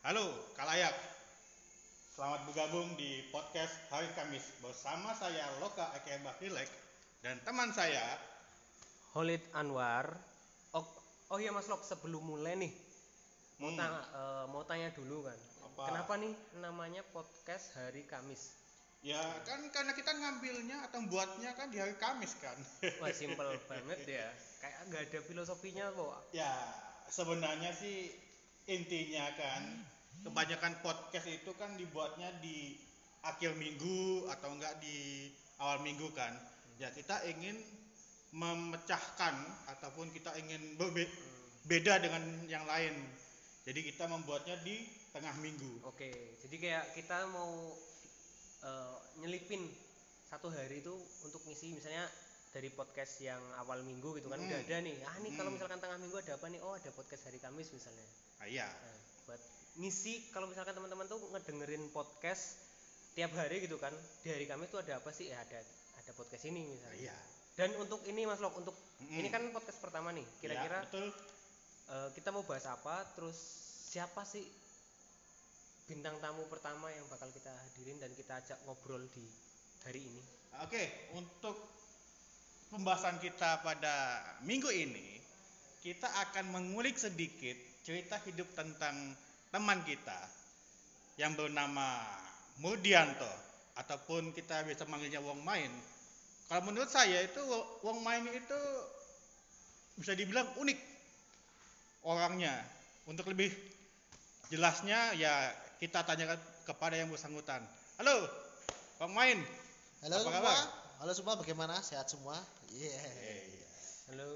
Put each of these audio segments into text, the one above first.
Halo, kalayak. Selamat bergabung di podcast Hari Kamis bersama saya Loka aka Bakilek dan teman saya. Holid Anwar. Oh, oh iya Mas Lok, sebelum mulai nih mau tanya dulu kan. Apa? Kenapa nih namanya podcast Hari Kamis? Ya kan karena kita ngambilnya atau buatnya kan di hari Kamis kan. Wah, simpel banget ya. Kayak nggak ada filosofinya kok. Ya sebenarnya sih intinya kan kebanyakan podcast itu kan dibuatnya di akhir minggu atau enggak di awal minggu kan. Ya kita ingin memecahkan ataupun kita ingin beda dengan yang lain. Jadi kita membuatnya di tengah minggu. Oke, jadi kayak kita mau nyelipin satu hari itu untuk ngisi misalnya dari podcast yang awal minggu gitu kan udah ada nih. Nih kalau misalkan tengah minggu ada apa nih? Oh, ada podcast Hari Kamis misalnya. Iya. Nah, buat ngisi kalau misalkan teman-teman tuh ngedengerin podcast tiap hari gitu kan. Di hari Kamis tuh ada apa sih? Ya ada podcast ini misalnya. Iya. Dan untuk ini Mas Lok, untuk ini kan podcast pertama nih. Kira-kira Ya, betul. Kita mau bahas apa? Terus siapa sih bintang tamu pertama yang bakal kita hadirin dan kita ajak ngobrol di hari ini? Oke, untuk pembahasan kita pada minggu ini, kita akan mengulik sedikit cerita hidup tentang teman kita yang bernama Murdianto ataupun kita bisa manggilnya Wong Main. Kalau menurut saya itu Wong Main itu bisa dibilang unik orangnya. Untuk lebih jelasnya ya kita tanyakan kepada yang bersangkutan. Halo, Wong Main. Halo Apa semua. kabar? Halo semua, bagaimana? Sehat semua? Iya. Halo.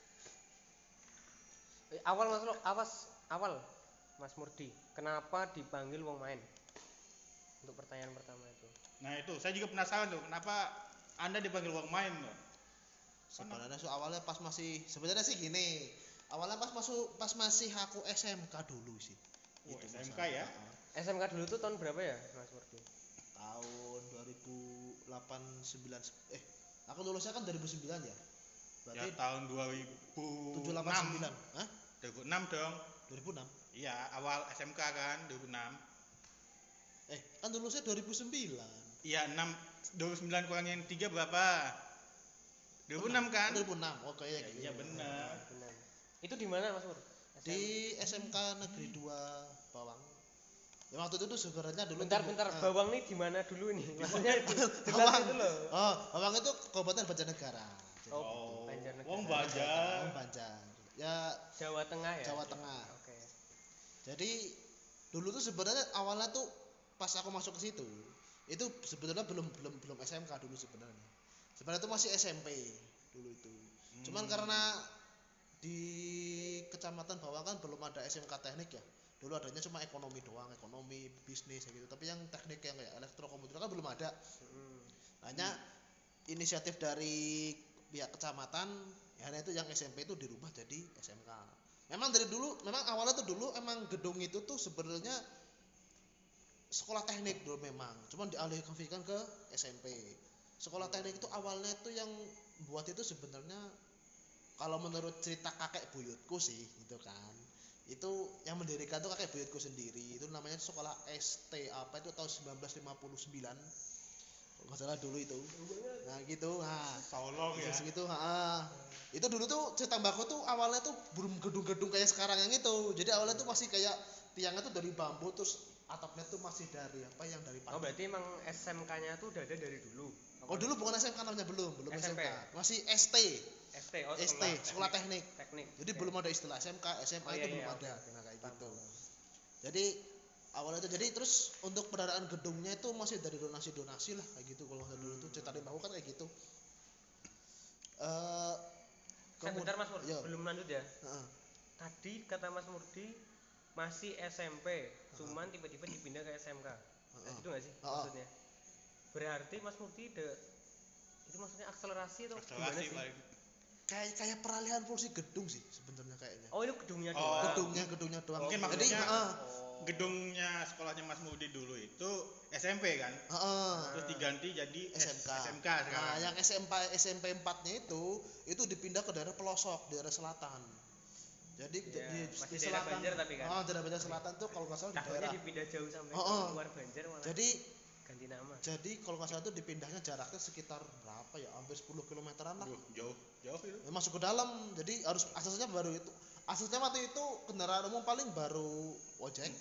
Awal Mas Lok, awal Mas Murdi. Kenapa dipanggil Wong Main? Untuk pertanyaan pertama itu. Nah itu, saya juga penasaran tuh, kenapa Anda dipanggil Wong Main tuh? Sebenarnya awalnya sebenarnya sih gini. Awalnya pas masih aku SMK dulu sih. Oh, Itu SMK masalah. ya? SMK dulu tuh tahun berapa ya Mas Murdi? Tahun 2008 9 aku lulusnya kan 2009 ya. Berarti Ya tahun 2006. 789. Hah? 2006 dong. 2006. Iya, awal SMK kan 2006. Kan lulusnya 2009. Iya, 2009 kurang yang 3 berapa? 2006 kan? 2006. Oh kayak Ya, gitu. iya benar. Benar. Itu di mana Mas Mur? Di SMK Negeri 2 Bawang. Ya waktu itu tuh sebenarnya dulu Bentar, Bawang nih di mana dulu nih? Maksudnya di Bawang itu loh. Oh, Bawang itu Kabupaten Banjarnegara. Jadi Oh, Banjarnegara. Wong Banjar. Bawang Banjar. Ya Jawa Tengah ya? Jawa Tengah. Oke. Jadi dulu tuh sebenarnya awalnya tuh pas aku masuk ke situ, itu sebetulnya belum SMK dulu sebenarnya. Sebenarnya itu masih SMP dulu itu. Cuman karena di Kecamatan Bawang kan belum ada SMK teknik ya. Dulu adanya cuma ekonomi doang, ekonomi, bisnis gitu. Tapi yang teknik yang kayak elektrokomputer kan belum ada. Hanya inisiatif dari pihak kecamatan, ya itu yang SMP itu dirubah jadi SMK. Memang awalnya tuh dulu emang gedung itu tuh sebenarnya sekolah teknik dulu memang, cuman dialihkan ke SMP. Sekolah teknik itu awalnya tuh yang buat itu sebenarnya kalau menurut cerita kakek buyutku sih gitu kan, itu yang mendirikan tuh kakek buyutku sendiri. Itu namanya sekolah ST apa itu tahun 1959 kalau nggak salah dulu itu. Nah gitu, Saulong ya. Gitu, itu dulu tuh cerita mbakku tuh awalnya tuh belum gedung-gedung kayak sekarang yang itu. Jadi awalnya tuh masih kayak tiangnya tuh dari bambu, terus atapnya tuh masih dari dari Oh, berarti emang SMK-nya tuh udah ada dari dulu. Oh dulu bukan SMK namanya, belum SMP. SMK, masih ST. ST, oh, Sekolah teknik. Teknik. Jadi belum ada istilah SMK, SMA itu belum ada. Nah kayak gitu. Jadi awalnya itu terus untuk pendanaan gedungnya itu masih dari donasi lah kayak gitu. Kalau dulu tuh cerita dari mbakku kan kayak gitu. Bentar Mas Murdi, Yo. belum lanjut ya. Tadi kata Mas Murdi masih SMP, cuman tiba-tiba dipindah ke SMK. Itu nggak sih maksudnya? Berarti Mas Murdi itu maksudnya akselerasi atau gimana sih? Kayak peralihan fungsi gedung sih sebenarnya kayaknya. Oh, itu gedungnya doang. Gedungnya doang. Mungkin Jadi maksudnya gedungnya sekolahnya Mas Mudi dulu itu SMP kan? Terus diganti jadi SMK. sekarang. Nah, yang SMP 4-nya itu dipindah ke daerah pelosok, daerah selatan. Jadi Ya, di masih daerah selatan. Banjar tapi kan. Oh, daerah Banjar Selatan tuh kalau nggak salah di Takutnya daerah. dipindah jauh sampai Oh, ke oh. luar Banjar malah Jadi ganti nama. kalau nggak salah tuh dipindahnya jaraknya sekitar berapa ya? Hampir 10 kilometeran lah. Jauh itu. Ya, masuk ke dalam. Jadi harus aksesnya baru itu. Aksesnya waktu itu kendaraan umum paling baru ojek.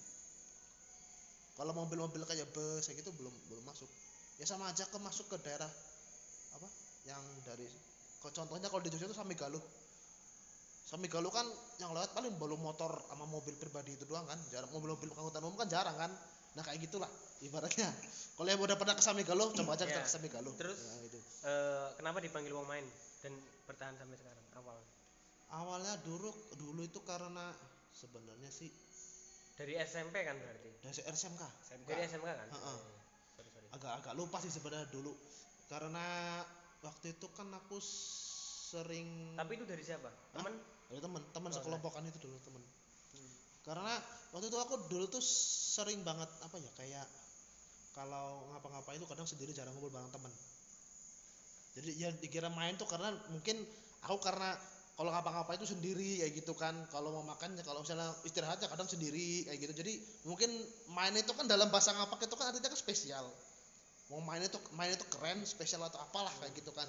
Kalau mobil-mobil kayak bus kayak gitu belum masuk. Ya sama aja masuk ke daerah apa? Yang dari contohnya kalau di Jogja itu Samigaluh. Samigaluh kan yang lewat paling baru motor sama mobil pribadi itu doang kan. Jarang mobil-mobil angkutan umum kan jarang kan. Nah kayak gitulah ibaratnya. Kalau yang udah pernah ke Samigaluh coba aja kita ke Samigaluh. Terus nah, itu. Kenapa dipanggil Wong Main dan bertahan sampai sekarang awal? Awalnya dulu itu karena sebenarnya sih Dari SMP kan berarti? dari SMK. Dari SMK kan? Heeh. Sorry. Agak lupa sih sebenarnya dulu karena waktu itu kan aku sering Tapi itu dari siapa? Temen? dari teman sekelompokan itu dulu teman. Karena waktu itu aku dulu tuh sering banget apa ya kayak kalau ngapa-ngapain itu kadang sendiri jarang ngumpul bareng teman. Jadi ya dikira main tuh karena mungkin aku karena kalau ngapa-ngapain itu sendiri kayak gitu kan. Kalau mau makan ya kalau misalnya istirahatnya kadang sendiri kayak gitu. Jadi mungkin main itu kan dalam bahasa ngapak itu kan artinya kan spesial. Mau main itu keren, spesial atau apalah kayak gitu kan.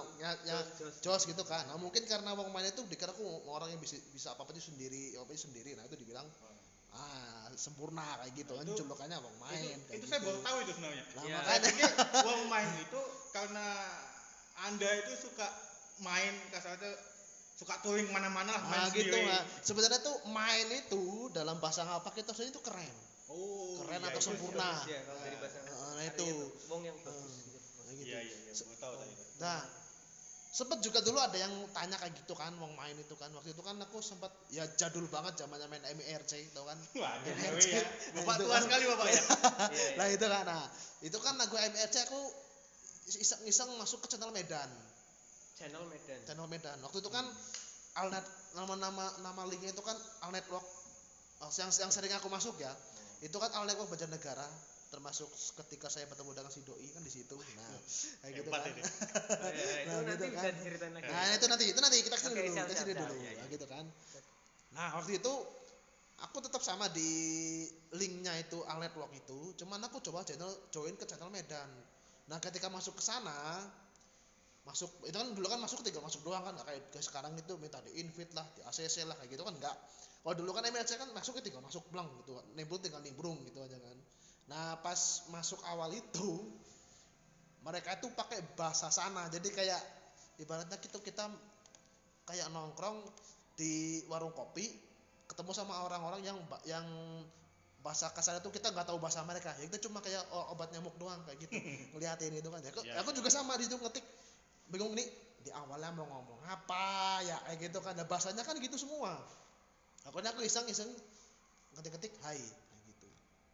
Jos gitu kan. Nah, mungkin karena mau main itu dikira aku orang yang bisa apa-apa itu sendiri, apa-apa itu sendiri. Nah, itu dibilang sempurna kayak gitu kan julukannya Wong Main. Itu Gitu. saya baru tahu itu sebenarnya. Nah, Ya. makanya Wong Main itu karena Anda itu suka main kasarnya suka touring mana-mana lah main gitu sendiri. nah. Sebenarnya tuh main itu dalam bahasa ngapak itu sebenarnya itu keren. Oh, Keren iya, atau iya, sempurna. Bagus ya kalau dari bahasa Nah, itu. Wong yang bagus gitu. Nah, gitu. Iya, baru tahu tadi. Nah, sempet juga dulu ada yang tanya kayak gitu kan, Wong Main itu kan. Waktu itu kan aku sempat ya jadul banget zamannya main MIRC, tau kan? Wah, MIRC. ya. Bapak Nah, itu tua kan. sekali Bapak ya. Iya. Nah, itu kan. Nah, itu kan aku MIRC aku iseng-iseng masuk ke channel Medan. Channel Medan. Waktu itu kan Alnet nama linknya itu kan Alnetwork. Yang sering aku masuk ya. Itu kan Alnetwork Banjarnegara, termasuk ketika saya bertemu dengan si doi kan di situ. Nah, kayak gitu Hebat kan. ini. Itu Nah, nanti gitu bisa kan. diceritain lagi. Nah, itu nanti kita kesini Oke, dulu, siap, kita sini siap. dulu. Ya, ya. Nah, gitu kan. Nah, waktu itu aku tetap sama di linknya itu Alnetwork itu, cuman aku coba join ke channel Medan. Nah, ketika masuk ke sana, itu kan dulu kan tinggal masuk doang kan, nggak kayak sekarang itu minta di invite lah, di ACC lah kayak gitu kan enggak. Kalau dulu kan MLC kan masuknya tinggal masuk blank gitu, tinggal nimbrung gitu aja kan. Nah, pas masuk awal itu mereka itu pakai bahasa sana, jadi kayak ibaratnya kita kayak nongkrong di warung kopi ketemu sama orang-orang yang bahasa kasar itu kita nggak tahu bahasa mereka ya, kita cuma kayak obat nyamuk doang kayak gitu ngeliatin itu kan ya, aku juga sama di situ ngetik bingung nih di awalnya mau ngomong apa ya kayak gitu kan, nah, bahasanya kan gitu semua. Aku iseng ngetik hai kayak gitu,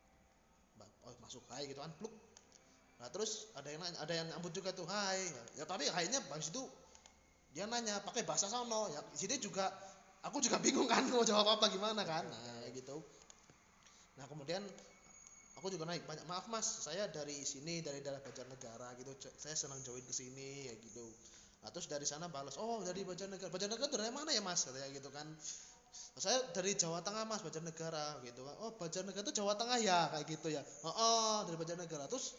masuk hai gitu kan pluk. Nah, terus ada yang nyambut juga tuh hai ya, tapi hai-nya habis itu dia nanya pakai bahasa sono ya, sini juga aku juga bingung kan mau jawab apa gimana kan. Nah, kayak gitu. Nah, kemudian aku juga naik banyak, maaf mas saya dari sini dari daerah Banjarnegara gitu, saya senang join ke sini ya gitu. Nah, terus dari sana balas, oh dari Banjarnegara dari mana ya mas katanya gitu kan. Saya dari Jawa Tengah mas, Banjarnegara gitu kan. Oh Banjarnegara itu Jawa Tengah ya kayak gitu ya. Oh dari Banjarnegara. Terus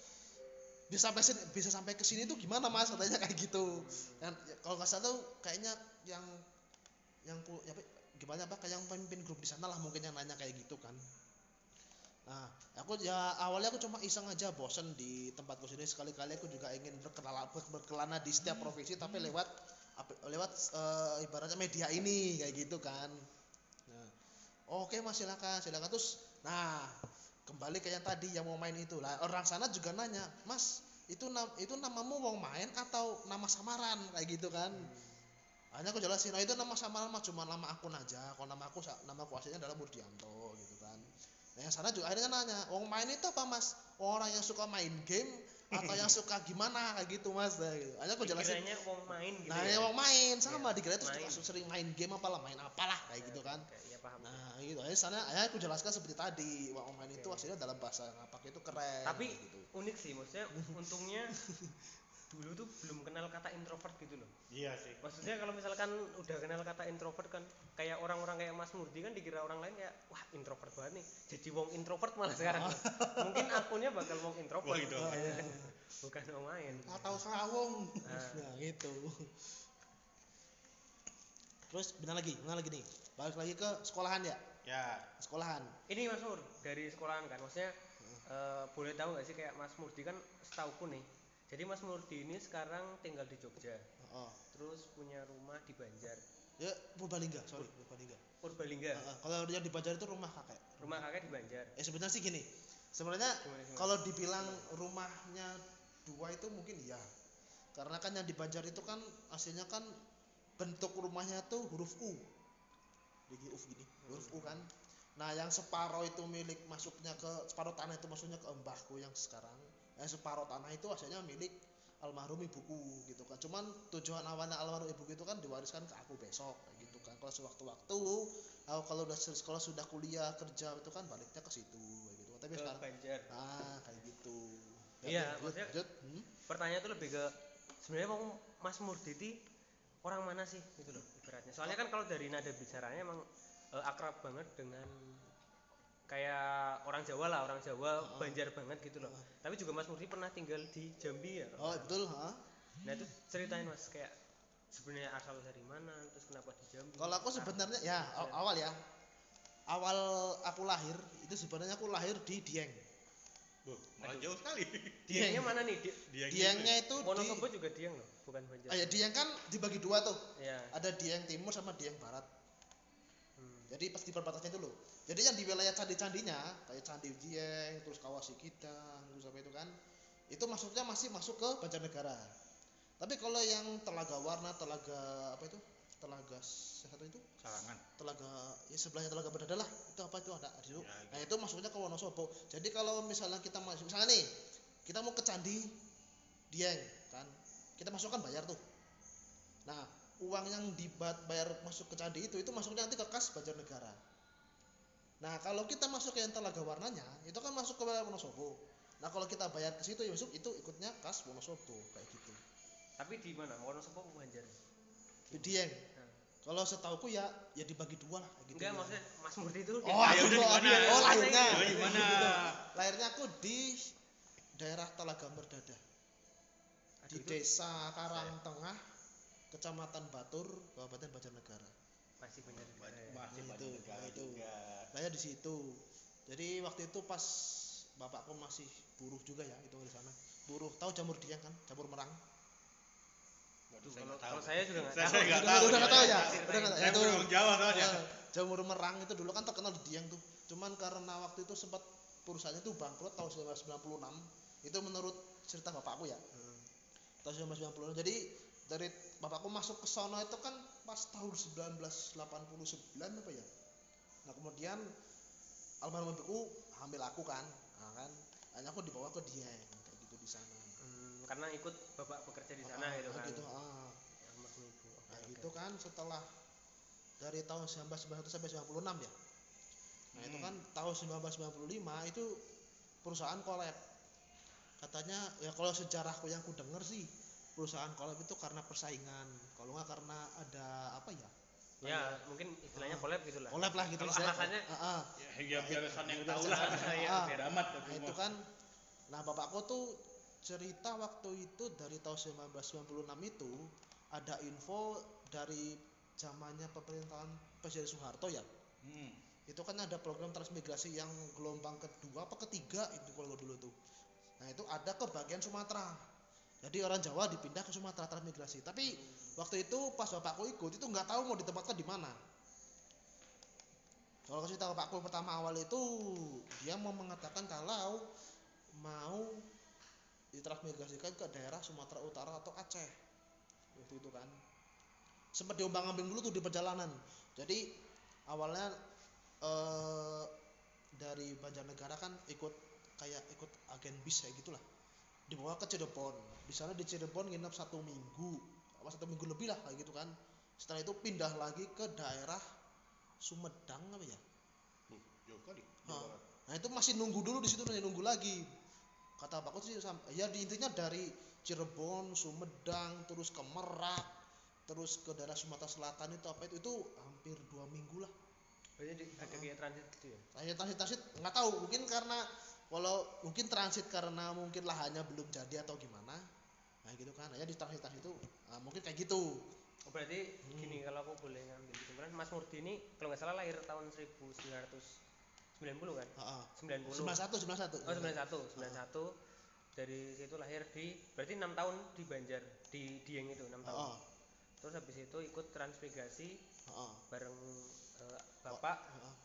bisa sampai ke sini tuh gimana mas katanya kayak gitu. Dan kalau nggak salah tuh kayaknya yang gimana apa kayak yang pemimpin grup di sana lah mungkin yang nanya kayak gitu kan. Nah, awalnya aku cuma iseng aja, bosen di tempatku sini, sekali-kali aku juga ingin berkelana di setiap provinsi tapi lewat ibaratnya media ini kayak gitu kan. Nah, oke mas silakan terus. Nah, kembali ke yang tadi yang mau main itu lah, orang sana juga nanya mas itu namamu mau main atau nama samaran kayak gitu kan. Hanya aku jelasin, nah itu nama samaran mas, cuma nama akun aja, kalau nama aku aslinya adalah Murdianto gitu kan. Nah, yang sana juga akhirnya nanya, wong main itu apa mas? Orang yang suka main game atau yang suka gimana kayak gitu mas? Nah, gitu. Hanya aku jelasin. Dikiranya wong main gitu. Nah, ya? wong main sama Ya, dikira itu main. sering main game apalah kayak gitu kan. Ya, paham. Nah, gitu. Akhirnya aku jelaskan seperti tadi, wong main itu aslinya dalam bahasa ngapak itu keren. Tapi gitu. unik sih maksudnya, untungnya dulu tuh belum kenal kata introvert gitu loh. Iya sih. Maksudnya kalau misalkan udah kenal kata introvert kan kayak orang-orang kayak Mas Murdi kan dikira orang lain kayak wah introvert banget nih. Jadi wong introvert malah sekarang. Mungkin akunnya bakal wong introvert gitu. Bukan wong main. Atau sawung. Nah, gitu. Terus benar lagi nih. Balik lagi ke sekolahan ya? Ya. Sekolahan. Ini Mas Mur dari sekolahan kan. Maksudnya boleh tahu nggak sih kayak Mas Murdi kan setauku nih. Jadi Mas Murdi ini sekarang tinggal di Jogja. Terus punya rumah di Banjar. Ya, Purbalingga. Purbalingga. Kalau yang di Banjar itu rumah kakek. Rumah kakek di Banjar. Sebenarnya sih gini. Sebenarnya kalau dibilang rumahnya dua itu mungkin iya. Karena kan yang di Banjar itu kan aslinya kan bentuk rumahnya tuh huruf U. Gini, huruf U kan. Nah, yang separuh itu milik masuknya ke separuh tanah itu maksudnya ke mbahku yang sekarang. Yang separuh tanah itu aslinya milik almarhum ibuku gitu kan. Cuman tujuan awalnya almarhum ibuku itu kan diwariskan ke aku besok gitu kan. Kalau sewaktu-waktu kalau sudah kuliah kerja itu kan baliknya ke situ gitu. Tapi ke sekarang Banjar. kayak gitu. Iya, maksudnya pertanyaan itu lebih ke sebenarnya Mas Murdi itu orang mana sih gitu loh ibaratnya. Soalnya kan kalau dari nada bicaranya emang akrab banget dengan kayak orang Jawa Banjar banget gitu loh. Tapi juga Mas Murdi pernah tinggal di Jambi ya? Oh betul, Nah itu ceritain Mas kayak sebenarnya asal dari mana, terus kenapa di Jambi? Kalau aku sebenarnya ya awal aku lahir itu sebenarnya aku lahir di Dieng. Malah jauh sekali. Diengnya mana nih? Diengnya itu Wonosobo juga Dieng loh, bukan Banjar. Dieng kan dibagi dua tuh. Iya. Ada Dieng Timur sama Dieng Barat. Jadi pas di perbatasan itu loh. Jadi yang di wilayah candi-candinya kayak Candi Dieng, terus Kawasikidang, terus apa itu kan, itu maksudnya masih masuk ke Banjarnegara. Tapi kalau yang Telaga Warna, Telaga satu itu? Sarangan. Telaga ya sebelahnya Telaga Berdada lah. Itu apa itu ada di situ. Ya, nah, itu masuknya ke Wonosobo. Jadi kalau misalnya kita misalnya nih, kita mau ke Candi Dieng kan. Kita masukkan bayar tuh. Nah, uang yang dibayar masuk ke candi itu masuknya nanti ke kas Banjarnegara. Nah, kalau kita masuk ke yang Telaga Warnanya, itu kan masuk ke Wonosobo. Nah, kalau kita bayar ke situ ya masuk itu ikutnya kas Wonosobo kayak gitu. Tapi di mana? Wonosobo atau Banjar? Di Dieng. Kalau setauku ya dibagi dua lah gitu. Enggak, maksudnya Mas Murdi itu udah di mana? Lahirnya. Di mana? Lahirnya aku di daerah Telaga Berdada. Di Desa Karangtengah, Kecamatan Batur, Kabupaten Banjarnegara. Masih Banjarnegara. Masih Banjarnegara juga. Saya di situ. Jadi waktu itu pas bapakku masih buruh juga ya, itu di sana. Buruh, tahu jamur dieng kan? Jamur merang. Kalau saya juga nggak tahu. Saya nggak tahu. Udah nggak tahu ya. Saya orang Jawa soalnya. Jamur merang itu dulu kan terkenal di Dieng tuh. Cuman karena waktu itu sempat perusahaannya tuh bangkrut tahun 1996. Itu menurut cerita bapakku ya. Tahun 1996. Jadi dari bapakku masuk ke sono itu kan pas tahun 1989 apa ya. Nah, kemudian almarhum ibuku hamil aku kan. Nah, kan hanya aku dibawa ke Dieng kayak gitu di sana. Karena ikut bapak bekerja di sana gitu kan. Gitu, itu kan setelah dari tahun 1991 sampai 96 ya. Nah, itu kan tahun 1995 itu perusahaan kolab. Katanya ya kalau sejarahku yang ku dengar sih perusahaan kolab itu karena persaingan. Kalau nggak karena ada apa ya? Ya, mungkin istilahnya kolab gitu lah. Kolab lah gitu. Kalau alasannya ya biar yang tahu lah. Biar amat. Nah, itu kan bapakku tuh cerita waktu itu dari tahun 1996 itu ada info dari zamannya pemerintahan Presiden Soeharto ya. Itu kan ada program transmigrasi yang gelombang kedua apa ketiga itu kalau dulu tuh. Nah, itu ada ke bagian Sumatera. Jadi orang Jawa dipindah ke Sumatera transmigrasi. Tapi waktu itu pas bapakku ikut itu nggak tahu mau ditempatkan di mana. Kalau cerita bapakku pertama awal itu dia mau mengatakan kalau mau ditransmigrasikan ke daerah Sumatera Utara atau Aceh. Waktu itu kan sempat diombang-ambing dulu tuh di perjalanan. Jadi awalnya dari Banjarnegara kan ikut agen bis kayak gitulah. Dibawa ke Cirebon. Di sana di Cirebon nginep 1 minggu. 1 minggu lebih lah kayak gitu kan. Setelah itu pindah lagi ke daerah Sumedang apa ya? Jauh kali. Nah, itu masih nunggu dulu di situ nunggu lagi. Kata bapakku sih ya intinya dari Cirebon, Sumedang, terus ke Merak, terus ke daerah Sumatera Selatan itu apa itu hampir 2 minggu lah. Berarti ada kayak transit gitu ya? Transit nggak tahu, mungkin karena kalau mungkin transit karena mungkin lahannya belum jadi atau gimana, nah gitu kan, ya di transit itu mungkin kayak gitu. Oh berarti gini, kalau aku boleh ngambil kesimpulan, Mas Murdi ini kalau nggak salah lahir tahun 1990 kan? 90. 91. Oh 91. Dari situ lahir di, berarti 6 tahun di Banjar, di Dieng itu 6 tahun. Terus habis itu ikut transmigrasi bareng bapak.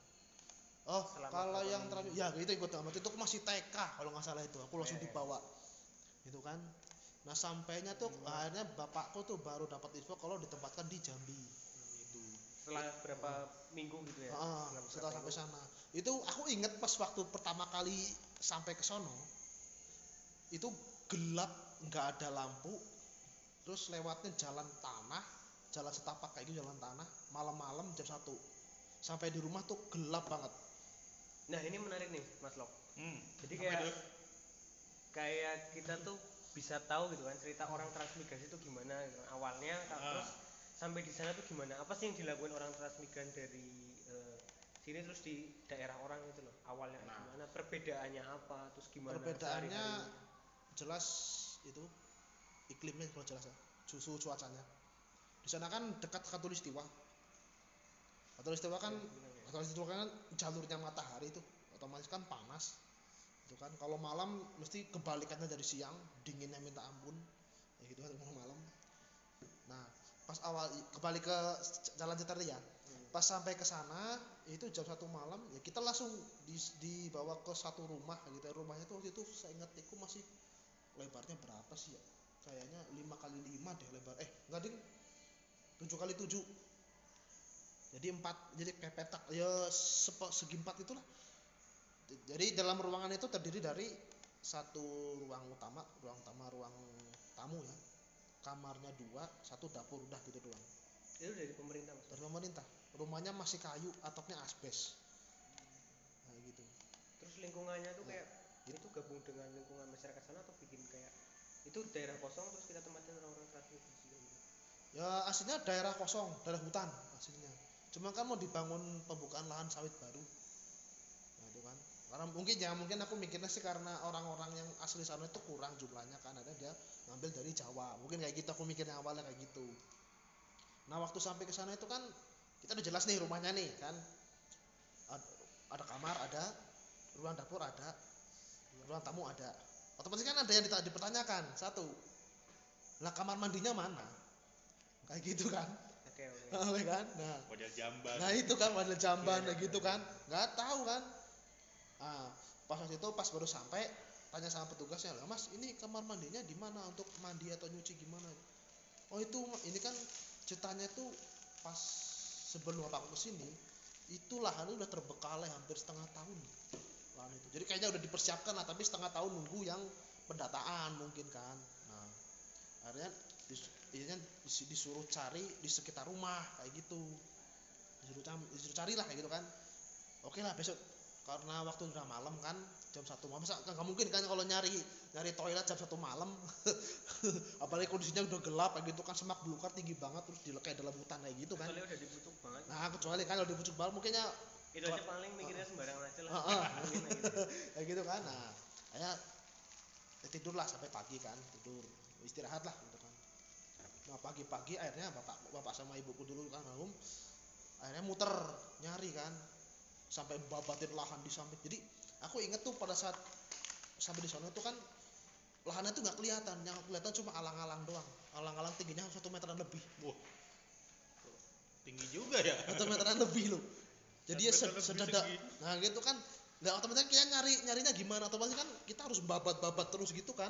Kalau yang terakhir ya itu ikut amat itu aku masih TK kalau nggak salah itu, aku langsung dibawa itu kan. Nah sampainya tuh akhirnya bapakku tuh baru dapat info kalau ditempatkan di Jambi itu. Setelah berapa minggu gitu ya? Setelah sampai sana itu aku inget pas waktu pertama kali sampai ke sono itu gelap, nggak ada lampu, terus lewatnya jalan tanah, jalan setapak kayak gitu, jalan tanah, malam-malam jam 1 sampai di rumah tuh gelap banget. Nah ini menarik nih Mas Lok. Jadi kayak kita tuh bisa tahu gitu kan cerita orang transmigrasi itu gimana gitu. Awalnya terus sampai di sana tuh gimana, apa sih yang dilakukan orang transmigran dari sini terus di daerah orang itu loh, awalnya gimana, perbedaannya apa, terus gimana perbedaannya jelas itu iklimnya kalau jelas ya, suhu cuacanya di sana kan dekat Khatulistiwa kan jalurnya matahari itu otomatis kan panas itu kan. Kalau malam mesti kebalikannya dari siang, dinginnya minta ampun ya gitu kan malam. Nah pas awal kembali ke Jalan Citeria, pas sampai ke sana itu jam 1 malam ya kita langsung dibawa ke satu rumah gitu. Rumahnya tuh waktu itu saya ingat itu masih lebarnya berapa sih ya, kayaknya 5x5 deh lebar, enggak ding 7x7, jadi 4, jadi kayak petak ya segi 4 itulah. Jadi dalam ruangan itu terdiri dari satu ruang utama, ruang tamu ya, kamarnya 2, satu dapur, udah gitu doang. Itu dari pemerintah Mas? Dari pemerintah. Rumahnya masih kayu, atapnya asbes. Nah gitu. Terus lingkungannya tuh kayak itu gabung dengan lingkungan masyarakat sana atau bikin kayak itu daerah kosong terus kita tempatin orang-orang transmigrasi gitu? Ya aslinya daerah kosong, daerah hutan aslinya. Cuma kan mau dibangun pembukaan lahan sawit baru. Nah itu kan. Karena mungkin aku mikirnya sih karena orang-orang yang asli sana itu kurang jumlahnya kan, ada dia ngambil dari Jawa. Mungkin kayak gitu aku mikirnya awalnya kayak gitu. Nah waktu sampai ke sana itu kan kita udah jelas nih rumahnya nih kan. Ada kamar, ada ruang dapur, ada ruang tamu, ada. Otomatis kan ada yang dipertanyakan. Satu, lah kamar mandinya mana? Kayak gitu kan. Oke kan? Nah, model jamban. Nah itu kan model jamban kayak gitu kan. Nggak tahu kan. Nah, pas itu pas baru sampai tanya sama petugasnya, lah Mas ini kamar mandinya di mana untuk mandi atau nyuci gimana? Oh itu ini kan ceritanya tuh pas sebelum aku kesini itu lahannya udah terbengkalai hampir setengah tahun lahan itu. Jadi kayaknya udah dipersiapkan lah, tapi setengah tahun nunggu yang pendataan mungkin kan. Nah akhirnya disuruh cari di sekitar rumah kayak gitu, disuruh cari lah kayak gitu kan. Oke lah besok karena waktu udah malam kan, jam 1 malam nggak mungkin kan kalau nyari toilet jam 1 malam apalagi kondisinya udah gelap kayak gitu kan, semak belukar tinggi banget terus dilekai dalam hutan kayak gitu kan. Kecuali udah dibucuk banget. Nah kecuali kan kalau dibucuk banget mungkinnya itu aja paling mikirnya sembarangan aja lah. Kayak gitu kan. Nah ya tidur lah sampai pagi kan, tidur istirahat lah gitu kan. Nah pagi-pagi akhirnya bapak sama ibuku dulu kan malam akhirnya muter nyari kan sampai babatin lahan di samping. Jadi aku inget tuh pada saat sampai di sana itu kan lahannya tuh nggak kelihatan, yang kelihatan cuma alang-alang doang. Alang-alang tingginya 1 meteran lebih. Wah, tinggi juga ya. 1 meteran lebih loh. Jadi ya sedadak. Nah gitu kan. Nah otomatis kita nyarinya gimana? Otomatis kan kita harus babat terus gitu kan.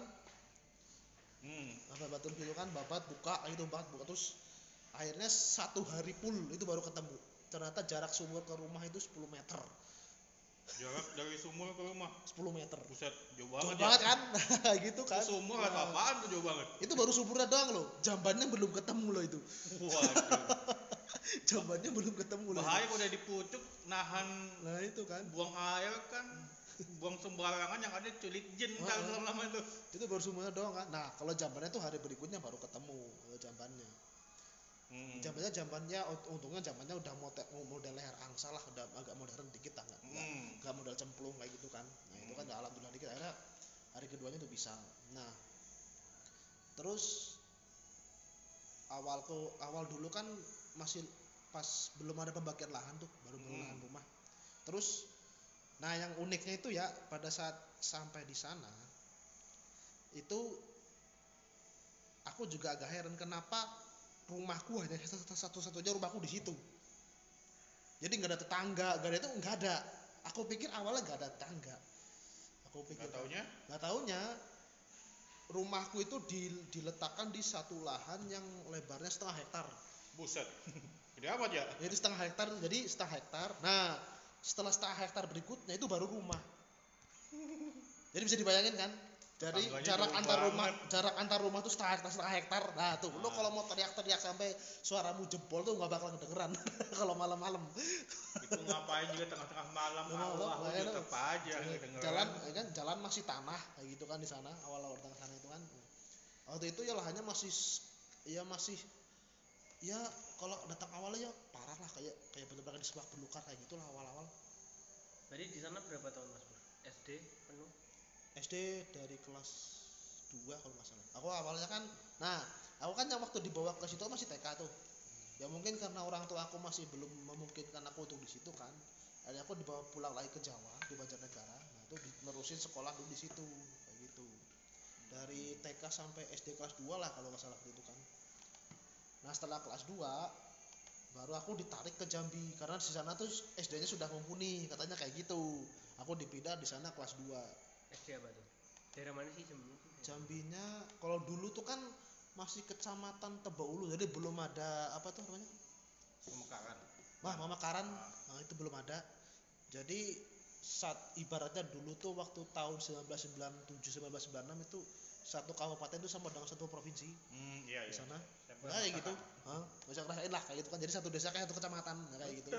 Babat terus gitu kan, babat buka terus akhirnya 1 hari full itu baru ketemu. Ternyata jarak sumur ke rumah itu 10 meter. Jarak dari sumur ke rumah 10 meter. Buset, jauh banget ya. Kan? Gitu kan. Sumur atau apaan tuh jauh banget. Itu baru sumurnya doang loh. Jambannya belum ketemu loh itu. Waduh. Jambannya belum ketemu lah. Bahaya kalau udah dipucuk nahan Nah itu kan. buang air kan, buang sembarangan yang ada culik jin kalau lama itu. Itu baru semuanya doang kan. Nah kalau jambannya tuh hari berikutnya baru ketemu kalau jambannya. Jambannya untungnya jambannya udah model leher angsa lah, udah agak modern dikit lah, nggak model cemplung kayak gitu kan. Nah itu kan alhamdulillah dikit, akhirnya hari keduanya tuh bisa. Nah terus awal dulu kan masih pas belum ada pembagian lahan tuh, baru lahan rumah. Terus nah yang uniknya itu ya pada saat sampai di sana itu aku juga agak heran kenapa rumahku hanya satu-satunya rumahku di situ. Jadi nggak ada tetangga, nggak ada. Aku pikir awalnya nggak ada tetangga. Aku pikir. Nggak taunya rumahku itu diletakkan di satu lahan yang lebarnya 1/2 hektar. Buset. Gede amat ya? Jadi 1/2 hektar, jadi 1/2 hektar. Nah, setelah 1/2 hektar berikutnya itu baru rumah. Jadi bisa dibayangin kan? Jadi jarak antar rumah tuh 1/2 hektar. Nah, tuh lo kalau mau teriak-teriak sampai suaramu jebol tuh nggak bakal kedengeran kalau malam-malam. Itu ngapain juga tengah-tengah malam, tetap aja kedengeran. Jalan masih tanah kayak gitu kan di sana, awal-awal tengah sana itu kan. Waktu itu ya lahannya masih ya kalau datang awalnya ya parah lah, kayak benar-benar di sebuah belukar kayak gitulah awal-awal. Berarti di sana berapa tahun Mas Bro? SD penuh? SD dari kelas 2 kalau nggak salah. Aku awalnya kan, aku kan yang waktu dibawa ke situ masih TK tuh. Ya mungkin karena orang tua aku masih belum memungkinkan aku untuk di situ kan. Akhirnya aku dibawa pulang lagi ke Jawa, di Banjarnegara. Nah, itu nerusin sekolah dulu di situ, kayak gitu. Dari TK sampai SD kelas 2 lah kalau nggak salah gitu kan. Nah, setelah kelas 2 baru aku ditarik ke Jambi karena di sana tuh SD-nya sudah mumpuni, katanya kayak gitu. Aku dipindah di sana kelas 2. SD apa tuh? Daerah mana sih Jambi? Jambinya kalau dulu tuh kan masih kecamatan Tebaulu, jadi belum ada apa tuh namanya? Pemekaran. Nah, itu belum ada. Jadi saat ibaratnya dulu tuh waktu tahun 1997 1996 itu satu kabupaten itu sama dengan satu provinsi. Iya. Di sana. Nah, kayak gitu. Bisa ngerasain lah kayak gitu kan. Jadi satu desa kayak satu kecamatan, kayak gitu.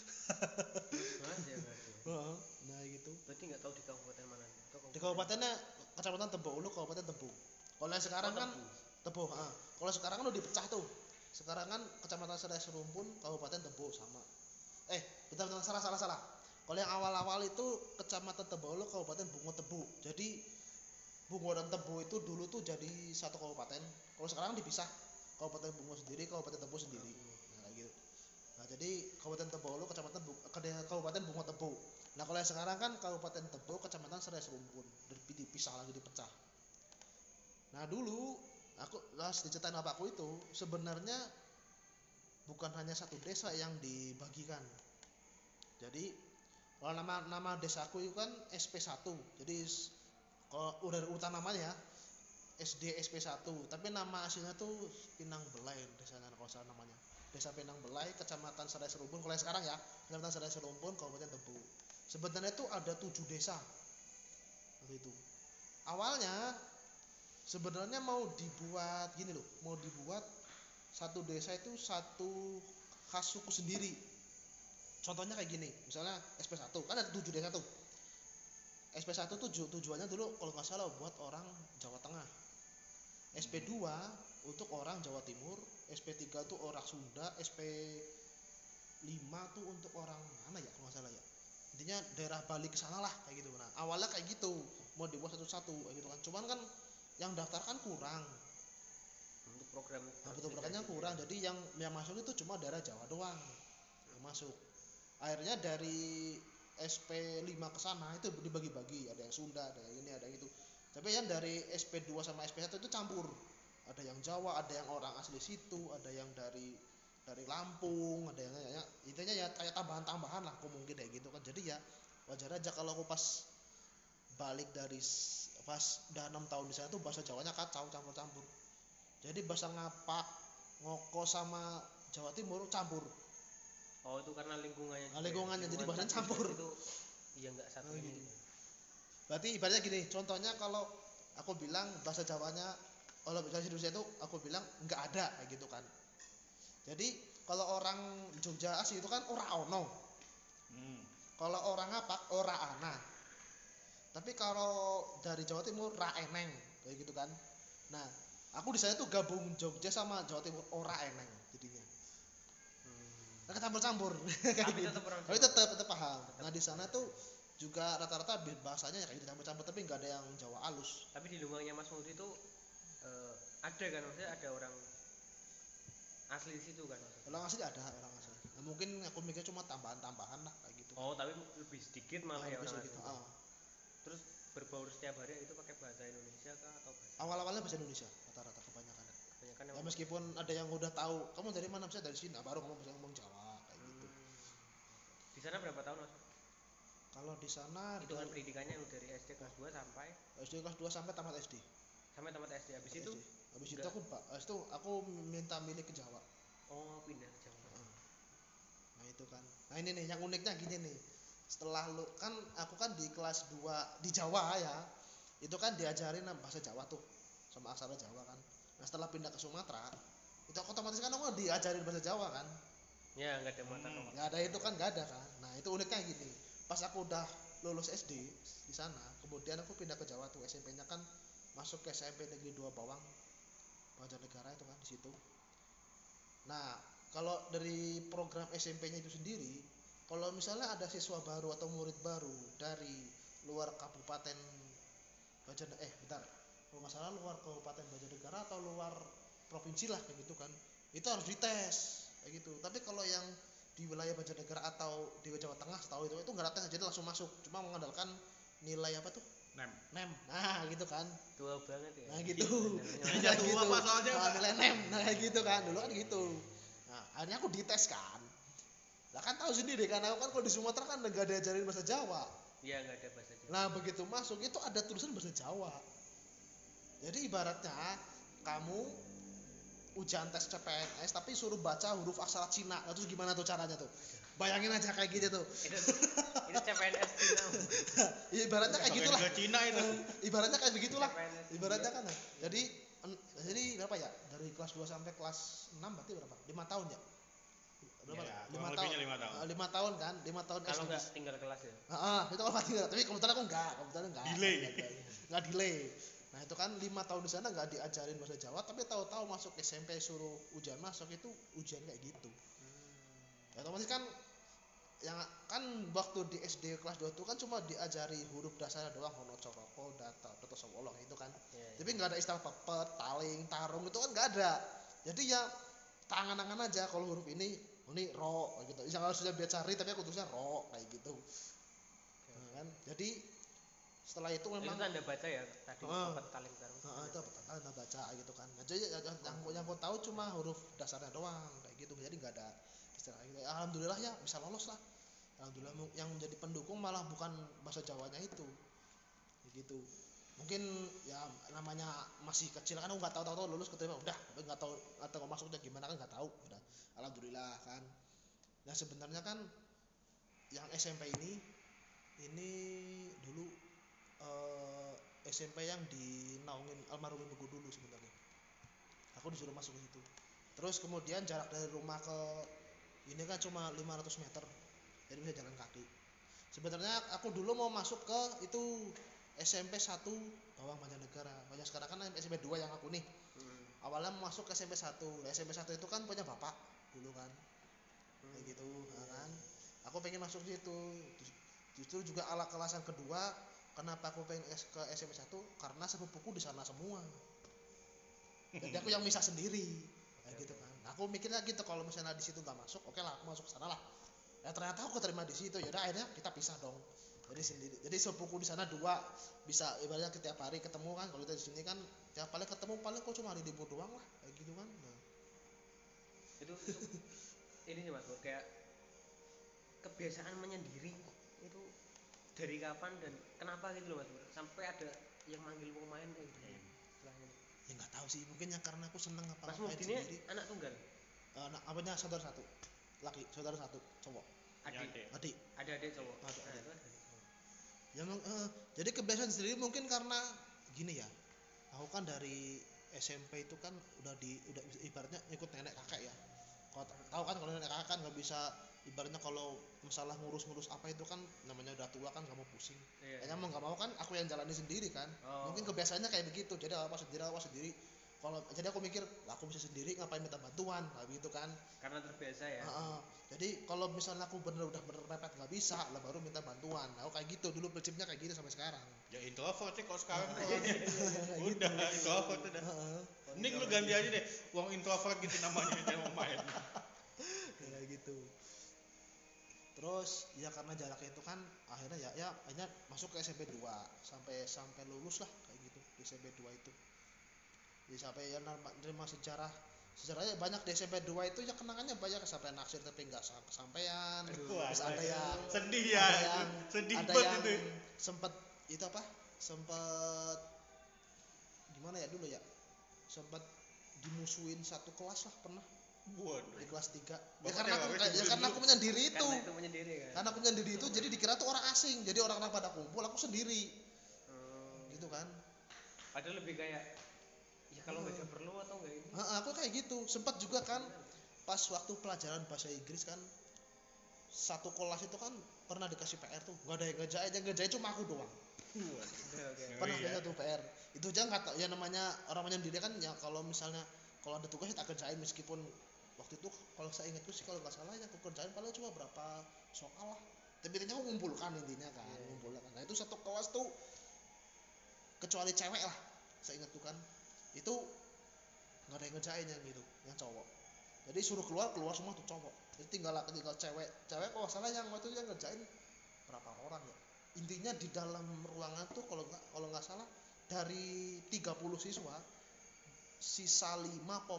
Nah, gitu. Berarti nggak tahu di kabupaten mana? Di kabupatennya kecamatan Teboulu, kabupaten Tebu. Kalau sekarang kan Tebu. Kalau sekarang kan udah dipecah tuh. Sekarang kan kecamatan Serai Serumpun, kabupaten Tebu sama. Bentar, salah. Kalau yang awal-awal itu kecamatan Teboulu, kabupaten Bungo Tebu. Jadi Bungo dan Tebu itu dulu tuh jadi satu kabupaten. Kalau sekarang dipisah. Kabupaten Bungo sendiri, kabupaten Tebu sendiri. Nah, kayak gitu. Nah, jadi kabupaten Teboulu, kabupaten Bungo Tebu. Nah, kalau yang sekarang kan kabupaten Tebu, kecamatan Serai Serumpun, dipisah lagi, dipecah. Nah, dulu aku diceritain bapakku itu sebenarnya bukan hanya satu desa yang dibagikan. Jadi kalau nama desaku itu kan SP1. Jadi kalau udah urutan namanya SD SP1, tapi nama aslinya tuh Pinang Belai desanya kalau salah namanya. Desa Pinang Belai, Kecamatan Serai Serumpun. Kalau sekarang ya, Kecamatan Serai Serumpun, Kabupaten Tebu. Sebenarnya itu ada 7 desa. Waktu itu. Awalnya sebenarnya mau dibuat gini loh, mau dibuat satu desa itu satu khas suku sendiri. Contohnya kayak gini, misalnya SP1 kan ada 7 desa tuh. SP1 tuh tujuannya dulu kalau nggak salah buat orang Jawa Tengah. SP2 untuk orang Jawa Timur, SP3 tuh orang Sunda, SP5 tuh untuk orang mana ya kalau nggak salah ya. Intinya daerah Bali ke sana lah kayak gitu. Nah, awalnya kayak gitu, mau dibuat satu-satu kayak gitu kan. Cuman kan yang daftar kan kurang. Untuk program. Nah, betul programnya kurang. Jadi yang masuk itu cuma daerah Jawa doang yang masuk. Akhirnya dari SP5 ke sana itu dibagi-bagi, ada yang Sunda, ada yang ini, ada yang itu. Tapi yang dari SP2 sama SP1 itu campur. Ada yang Jawa, ada yang orang asli situ, ada yang dari Lampung, ada yang ya, intinya ya kayak tambahan-tambahan lah, aku mungkin kayak gitu kan. Jadi ya wajar aja kalau aku pas balik pas udah 6 tahun di sana tuh bahasa Jawanya kacau, campur-campur. Jadi bahasa Ngapak, Ngoko sama Jawa Timur campur. Oh, itu karena lingkungannya. Lingkungannya jadi bahasanya campur. Itu iya enggak satu ini. Gitu. Berarti ibaratnya gini, contohnya kalau aku bilang bahasa Jawanya, kalau bahasa Indonesia itu aku bilang enggak ada kayak gitu kan. Jadi kalau orang Jogja asli itu kan ora ono. Kalau orang apa ora ana. Tapi kalau dari Jawa Timur ra eneng kayak gitu kan. Nah, aku di sana tuh gabung Jogja sama Jawa Timur ora eneng jadinya. Nah, campur-campur kayak Tapi gitu. tetap orang Tapi Jawa. tetap paham. Nah, di sana tuh juga rata-rata bahasanya ya kayak gitu campur-campur tapi nggak ada yang Jawa alus. Tapi di lingkungannya Mas Mudi itu ada kan, maksudnya ada orang asli di situ kan maksudnya. Orang asli ada orang asli. Nah, mungkin aku mikir cuma tambahan-tambahan lah kayak gitu. Oh, tapi lebih sedikit malah ya Lebih orang sedikit. asli. Terus berbaur setiap hari itu pakai bahasa Indonesia kah atau bahasa Awal-awalnya bahasa Indonesia rata-rata kebanyakan. kebanyakan Ya yang meskipun ada yang udah tahu, kamu dari mana misalnya dari sini, nah, baru kamu bisa ngomong Jawa kayak gitu. Di sana berapa tahun Mas? Kalau di sana Hitungan pendidikannya yang dari SD kelas 2 sampai SD kelas 2 sampai tamat SD. tamat SD. Habis itu Habis itu aku minta milih ke Jawa. oh pindah ke Jawa. Nah, itu kan. Nah, ini nih yang uniknya gini nih. Setelah lu kan aku kan di kelas 2 di Jawa ya. Itu kan diajarin bahasa Jawa tuh sama aksara Jawa kan. Nah, setelah pindah ke Sumatera, itu aku otomatis kan aku diajarin bahasa Jawa kan. Ya nggak ada mata nomor. Nggak ada itu kan nggak ada kan. Nah, itu uniknya gini. Pas aku udah lulus SD di sana, kemudian aku pindah ke Jawa tuh SMP-nya kan masuk ke SMP Negeri 2 Bawang Banjarnegara itu kan di situ. Nah, kalau dari program SMP-nya itu sendiri, kalau misalnya ada siswa baru atau murid baru dari luar kabupaten bentar, kalau nggak salah luar kabupaten Banjarnegara atau luar provinsi lah kayak gitu kan, itu harus dites kayak gitu. Tapi kalau yang di wilayah Banjarnegara atau di Jawa Tengah setahu itu nggak ada tes, jadi langsung masuk, cuma mengandalkan nilai apa tuh? Nem. Nah, gitu kan. Tua banget ya. Nah, gitu. Nah, tua apa soalnya, Pak? Nilai nem. Nah, kayak gitu kan. Dulu kan gitu. Nah, akhirnya aku dites kan. Lah kan tahu sendiri kan, aku kan kalau di Sumatera kan enggak diajarin bahasa Jawa. Iya nggak ada bahasa Jawa. Nah, begitu masuk itu ada tulisan bahasa Jawa. Jadi ibaratnya kamu ujian tes CPNS tapi suruh baca huruf aksara Cina. Nah, terus gimana tuh caranya tuh? Bayangin aja kayak gitu tuh. Itu CPNS Cina. Ya, ibaratnya kayak gitulah. Cina itu. Ibaratnya kayak begitulah. CPNS Ibaratnya kan. Jadi berapa ya? Dari kelas 2 sampai kelas 6 berarti berapa? 5 tahun ya? Berapa? Ya, 5 tahun. 5 tahun. 5 tahun kan? 5 tahun Kalau SD. nggak tinggal kelas ya. Itu kalau nggak tinggal. Tapi kebetulan aku enggak. Delay. Enggak delay. Nah, itu kan 5 tahun di sana enggak diajarin bahasa Jawa, tapi tahu-tahu masuk SMP suruh ujian masuk itu ujian kayak gitu. Ya, otomatis kan yang kan waktu di SD kelas 2 itu kan cuma diajari huruf dasar doang, hono coroko data toto sawolong itu kan. Tapi nggak ada istilah pepet, taling, tarung itu kan nggak ada. Jadi ya tangan-tangan aja kalau huruf ini ro kayak gitu. Yang harusnya biar cari tapi aku tulisnya ro kayak gitu. Nah, kan. Jadi setelah itu memang itu tanda baca ya tadi pepet, taling, tarung. itu tanda baca gitu kan. Nah, jadi yang aku tahu cuma huruf dasarnya doang kayak gitu. Jadi nggak ada istilah gitu. Alhamdulillah ya bisa lolos lah. Alhamdulillah yang menjadi pendukung malah bukan bahasa Jawanya itu. Begitu. Mungkin ya namanya masih kecil kan aku nggak tahu lulus keterima udah, tapi nggak tahu masuknya gimana kan nggak tahu. Udah. Alhamdulillah kan. Nah, sebenarnya kan yang SMP ini dulu SMP yang dinaungin almarhum ibuku dulu sebenarnya. Aku disuruh masuk ke situ. Terus kemudian jarak dari rumah ke ini kan cuma 500 meter. Jadi bisa jalan kaki. Sebenarnya aku dulu mau masuk ke itu SMP 1 Bawang Banjarnegara. Banyak sekarang kan SMP 2 yang aku nih. Awalnya mau masuk ke SMP 1. SMP 1 itu kan punya bapak dulu kan. Kayak gitu, kan. Aku pengen masuk situ. Justru juga ala kelasan kedua, kenapa aku pengen ke SMP 1? Karena sepupuku di sana semua. Jadi aku yang misah sendiri. Kayak gitu kan. Nah, aku mikirnya gitu, kalau misalnya di situ enggak masuk, oke lah aku masuk ke sana lah. Ya ternyata aku keterima di situ. Ya udah akhirnya kita pisah dong. Jadi sendiri. Jadi sepupuku di sana 2 bisa ibaratnya setiap hari ketemu kan. Kalau kita di sini kan tiap kali ketemu paling kok cuma hari libur doang lah, kayak gitu kan. Nah. Itu ini sih Mas Bur, kayak kebiasaan menyendiri itu dari kapan dan kenapa gitu loh Mas Bur, sampai ada yang manggil pemain kayak gitu. Ya nggak tahu sih, mungkin ya karena aku seneng Mas ngapain Mudi ini sendiri. anak tunggal. Apanya saudara satu laki, saudara satu cowok. Adik. Ada adik cowok. Adik. Nah, itu Ya, jadi kebiasaan sendiri mungkin karena gini ya. Aku kan dari SMP itu kan udah ibaratnya ikut nenek kakek ya. Kau tahu kan kalau nenek kakak kan nggak bisa, ibaratnya kalau masalah ngurus-ngurus apa itu kan namanya udah tua kan, nggak mau pusing. Kayaknya mau nggak mau kan aku yang jalani sendiri kan. Mungkin kebiasaannya kayak begitu, jadi apa sendiri. Kalau jadi aku mikir lah, aku bisa sendiri ngapain minta bantuan, nggak gitu kan. Karena terbiasa ya. Jadi kalau misalnya aku udah bener mepet nggak bisa lah baru minta bantuan. Nah, aku kayak gitu dulu, prinsipnya kayak gitu sampai sekarang. Ya introvert sih kalau sekarang tuh. Udah introvert udah. Mending lu ganti aja deh, wong introvert gitu namanya jangan mau main. Kayak gitu. Terus ya karena jaraknya itu kan akhirnya ya akhirnya masuk ke SMP 2 sampai lulus lah kayak gitu di SMP 2 itu. Jadi sampai ya nerima sejarahnya banyak di SMP 2 itu ya, kenangannya banyak, sampai naksir tapi nggak kesampaian. Terus ada yang sedih ya. Ada yang sempet gimana ya dulu ya, sempet dimusuhin satu kelas lah pernah. Waduh. Di kelas 3. Ya karena aku menyendiri itu. Karena aku menyendiri itu jadi dikira tuh orang asing. Jadi orang pada kumpul, aku sendiri. Gitu kan. Padahal lebih kayak ya kalau nggak ada perlu atau enggak ini. Aku kayak gitu. Sempat juga kan pas waktu pelajaran bahasa Inggris kan, satu kelas itu kan pernah dikasih PR tuh. Enggak ada yang ngerjain cuma aku doang. Pernah kayak tuh PR. Itu aja enggak tahu ya, namanya orang menyendiri kan ya, kalau misalnya kalau ada tugas tak kerjain, meskipun waktu itu kalau saya ingatku sih kalau nggak salah ya aku kerjain paling cuma berapa soal lah, tapi intinya aku ngumpulkan intinya kan. Nah itu satu kelas tuh kecuali cewek lah saya ingat tuh kan, itu nggak ada yang ngerjain yang gitu, yang cowok. Jadi suruh keluar semua tuh cowok, jadi tinggal cewek kalau salah yang waktu itu yang ngerjain berapa orang ya, intinya di dalam ruangan tuh kalau nggak salah dari 30 siswa sisa 5 atau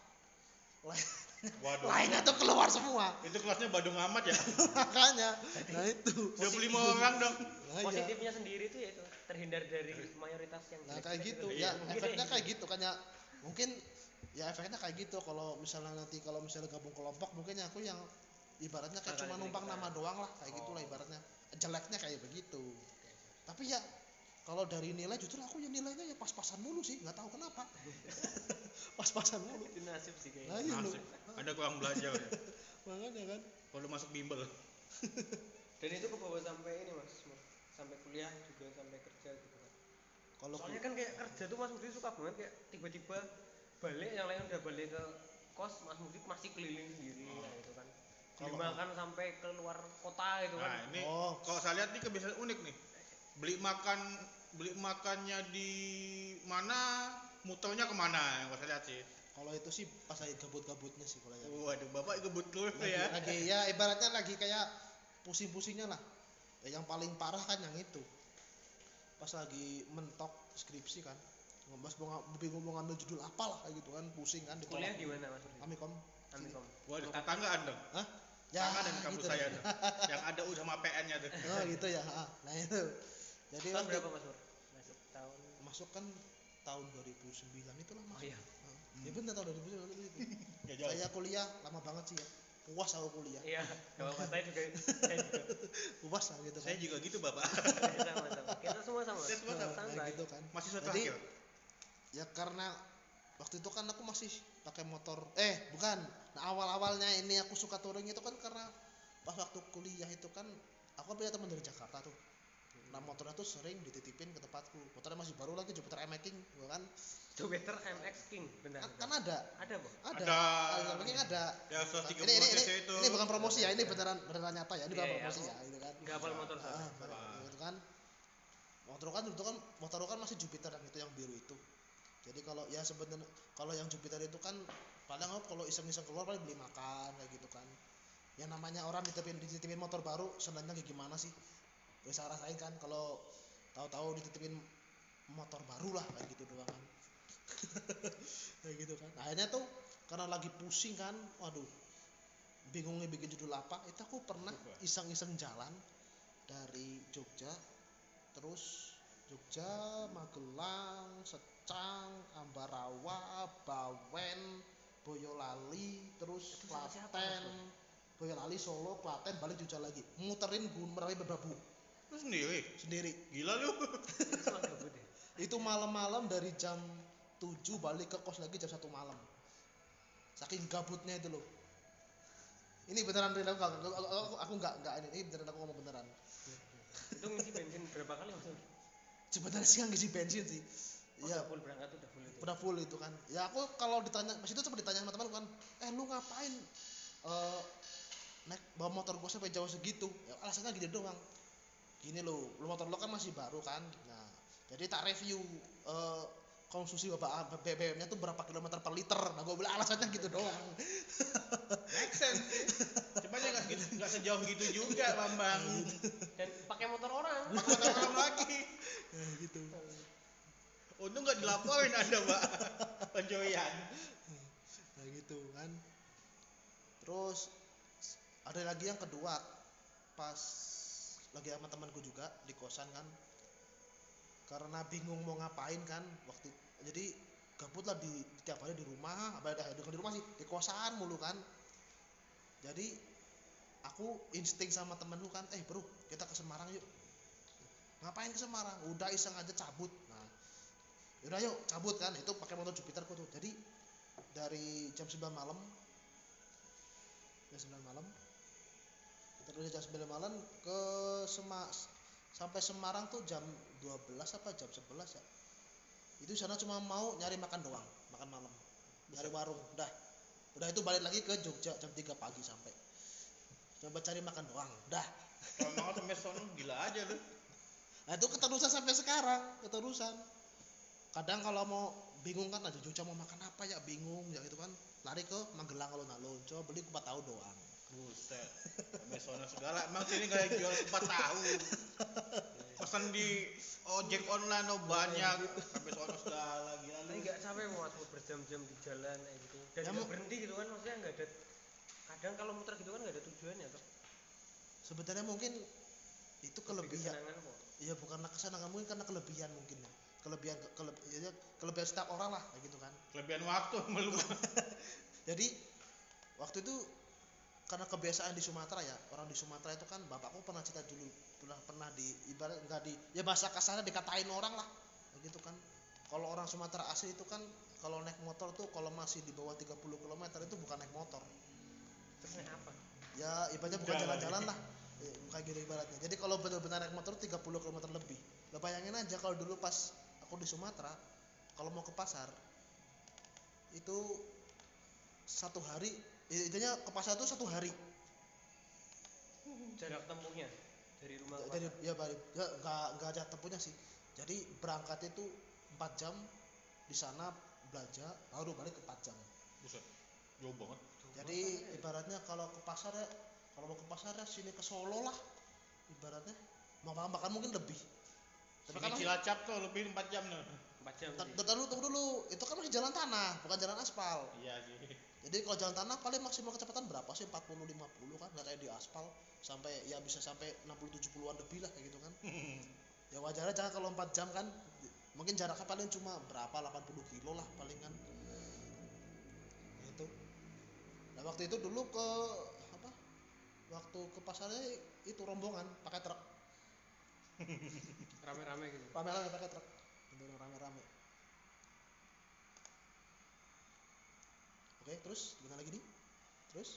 4 lainnya tuh keluar semua. Itu kelasnya Badung amat ya. Makanya nah itu 25 orang dong. Positifnya sendiri itu ya itu terhindar dari mayoritas yang kayak gitu ya, efeknya kayak gitu kan ya. Mungkin ya efeknya kayak gitu kalau misalnya gabung kelompok, mungkin aku yang ibaratnya kayak cuma numpang nama doang lah kayak gitulah ibaratnya, jeleknya kayak begitu. Tapi ya kalau dari nilai justru aku ya nilainya ya pas-pasan mulu sih, nggak tahu kenapa. Pas-pasan mulu. Itu nasib sih kayaknya. Nasib. Ada kurang belajar ya. Makanya kan. Kalau masuk bimbel. Dan itu kebawa sampai ini Mas, sampai kuliah juga, sampai kerja gitu kan. Soalnya kan kayak kerja tuh Mas Mudi suka banget kayak tiba-tiba balik, yang lain udah balik ke kos, Mas Mudi masih keliling sendiri gitu kan. Beli makan sampai ke luar kota gitu kan. Nah ini kalau saya lihat nih kebiasaan unik nih. Beli makannya di mana, muternya kemana yang saya lihat sih. Kalau itu sih pas lagi gabut-gabutnya sih kalau ya. Waduh, Bapak gebut dulu ya. Lagi ya ibaratnya lagi kayak pusing-pusingnya lah. Ya, yang paling parah kan yang itu. Pas lagi mentok skripsi kan. Bingung mau ngambil judul apa lah kayak gitu kan, pusing kan. Kuliah di mana Mas? Amikom. Waduh, tetanggaan dong. Hah? Ya, sama dan kampus gitu saya tuh. Yang ada sama PN-nya tuh. Oh gitu ya. Nah itu. Jadi tahun berapa Mas Pur? Masuk kan tahun 2009 itulah Mas. Oh iya. Ya benar tahun 2009 itu. Saya kuliah lama banget sih ya. Puas aku kuliah. Iya, kalau saya juga. Puas lah gitu kan. Saya juga gitu Bapak. Sama-sama. Kita semua sama. Nah, gitu kan. Masih terakhir. Ya karena waktu itu kan aku masih pakai motor. Bukan. Nah awal-awalnya ini aku suka touring itu kan karena pas waktu kuliah itu kan aku punya teman dari Jakarta tuh. Nah motornya tuh sering dititipin ke tempatku. Motornya masih baru lagi, Jupiter MX King, kan? Jupiter MX King, benar. Kan ada. Ada, Bang. Ada. King ada. Ya 130 cc itu. Ini bukan promosi ya, ini beneran nyata ya, ini bukan promosi ya, gitu kan. Enggak hafal motor saya. Gitu kan. Motor kan masih Jupiter yang itu yang biru itu. Jadi kalau ya sebenarnya kalau yang Jupiter itu kan paling kalau iseng-iseng keluar paling beli makan kayak gitu kan. Ya namanya orang dititipin motor baru, senangnya kayak gimana sih? Bisa rasain kan kalau tahu-tahu dititipin motor baru lah kayak gitu doang kan. Kayak gitu kan. Akhirnya tuh karena lagi pusing kan, waduh. Bingungnya bikin judul apa? Itu aku pernah iseng-iseng jalan dari Jogja, terus Jogja, Magelang, Secang, Ambarawa, Bawen, Boyolali, terus Klaten, Boyolali, Solo, Klaten, balik Jogja lagi. Muterin Gunung Merapi Merbabu. Lu sendiri? Gila lu. Itu malam-malam dari jam 7 balik ke kos lagi jam 1 malam. Saking gabutnya itu loh. Ini beneran real, aku nggak ini beneran, aku ngomong beneran. Itu ngisi bensin berapa kali Mas? Sebenarnya sih nggak ngisi bensin sih. Oh, Iya, udah full berangkat udah full itu. udah full itu kan. Ya aku kalau ditanya pas itu sempat ditanya sama teman kan, lu ngapain naik bawa motor gue sampai jauh segitu? Ya, alasannya gini doang. Gini lo motor lo kan masih baru kan. Nah, jadi tak review konsumsi BBM-nya tuh berapa kilometer per liter. Nah, gue bilang alasannya gitu doang. Make sense. Cuman ya nggak sejauh gitu juga, Bambang. Dan pakai motor orang. Pakai motor orang lagi. Ya, gitu. Untung nggak dilaporin Anda, Mbak. Pencurian. Nah, gitu kan. Terus ada lagi yang kedua, pas lagi sama temanku juga di kosan kan, karena bingung mau ngapain kan jadi gabut lah di tiap hari di rumah, di rumah sih di kosan mulu kan. Jadi aku insting sama temenku kan, bro kita ke Semarang yuk. Ngapain ke Semarang? Udah iseng aja cabut. Nah yaudah yuk cabut kan, itu pakai motor Jupiterku tuh. Jadi dari jam 9 malam kita jam 9 malam ke sampai Semarang tuh jam 12 apa jam 11 ya. Itu sana cuma mau nyari makan doang, makan malam. Nyari warung, udah itu balik lagi ke Jogja jam 3 pagi sampai. Coba cari makan doang, udah. Kalau mau sampai sono gila aja lu. Nah, itu keterusan sampai sekarang, keterusan. Kadang kalau mau bingung kan aja Jogja mau makan apa ya, bingung ya gitu kan. Lari ke Magelang alun-alun, coba beli kupat tahu doang. Buset. Sampai sono segala. Emang sini enggak jual kupat tahu. Pesan di ojek online banyak. Sampai sono segala gila lu. Tapi enggak capek Mas berjam-jam di jalan kayak gitu. Dan Ya, nggak berhenti gitu kan, maksudnya enggak ada. Kadang kalau muter gitu kan enggak ada tujuannya toh. Sebenarnya mungkin itu kelebihan. Kesenangan kok. Iya bukanlah kesenangan, mungkin karena kelebihan mungkin ya. Kelebihan setiap orang lah kayak gitu kan. Kelebihan waktu melulu. Jadi waktu itu karena kebiasaan di Sumatera ya, orang di Sumatera itu kan bapakku pernah cerita dulu, pernah di ibarat enggak di ya bahasa kasarnya dikatain orang lah begitu kan. Kalau orang Sumatera asli itu kan kalau naik motor tuh kalau masih di bawah 30 km itu bukan naik motor. Terus naik apa? Ya ibaratnya bukan jalan-jalan lah. Kayak gitu ibaratnya. Jadi kalau benar-benar naik motor 30 km lebih. Lah bayangin aja kalau dulu pas aku di Sumatera kalau mau ke pasar itu satu hari, intinya ke pasar itu satu hari. Jarak tempuhnya dari rumah ke Jadi pasar. ya balik nggak ada tempuhnya sih. Jadi berangkat itu 4 jam di sana belanja, baru balik ke 4 jam. Buset. Jauh banget. Jadi ibaratnya kalau ke pasar ya, kalau mau ke pasar ya sini ke Solo lah. Ibaratnya makan mungkin lebih. Tapi Sini kan Cilacap tuh lebih 4 jam nih. 4 jam sih. tunggu dulu, itu kan masih jalan tanah, bukan jalan aspal. Iya sih. Jadi kalau jalan tanah paling maksimal kecepatan berapa sih? 40-50 kan, nggak kayak di aspal sampai ya bisa sampai 60-70-an lebih lah kayak gitu kan. Ya wajar aja kalau 4 jam kan, mungkin jaraknya paling cuma berapa 80 kilo lah paling kan. Itu. Nah waktu itu dulu ke apa? Waktu ke pasarnya itu rombongan pakai truk. Rame-rame gitu. Rame-rame pakai truk. Itu rame-rame. Oke, terus gimana lagi nih? Terus?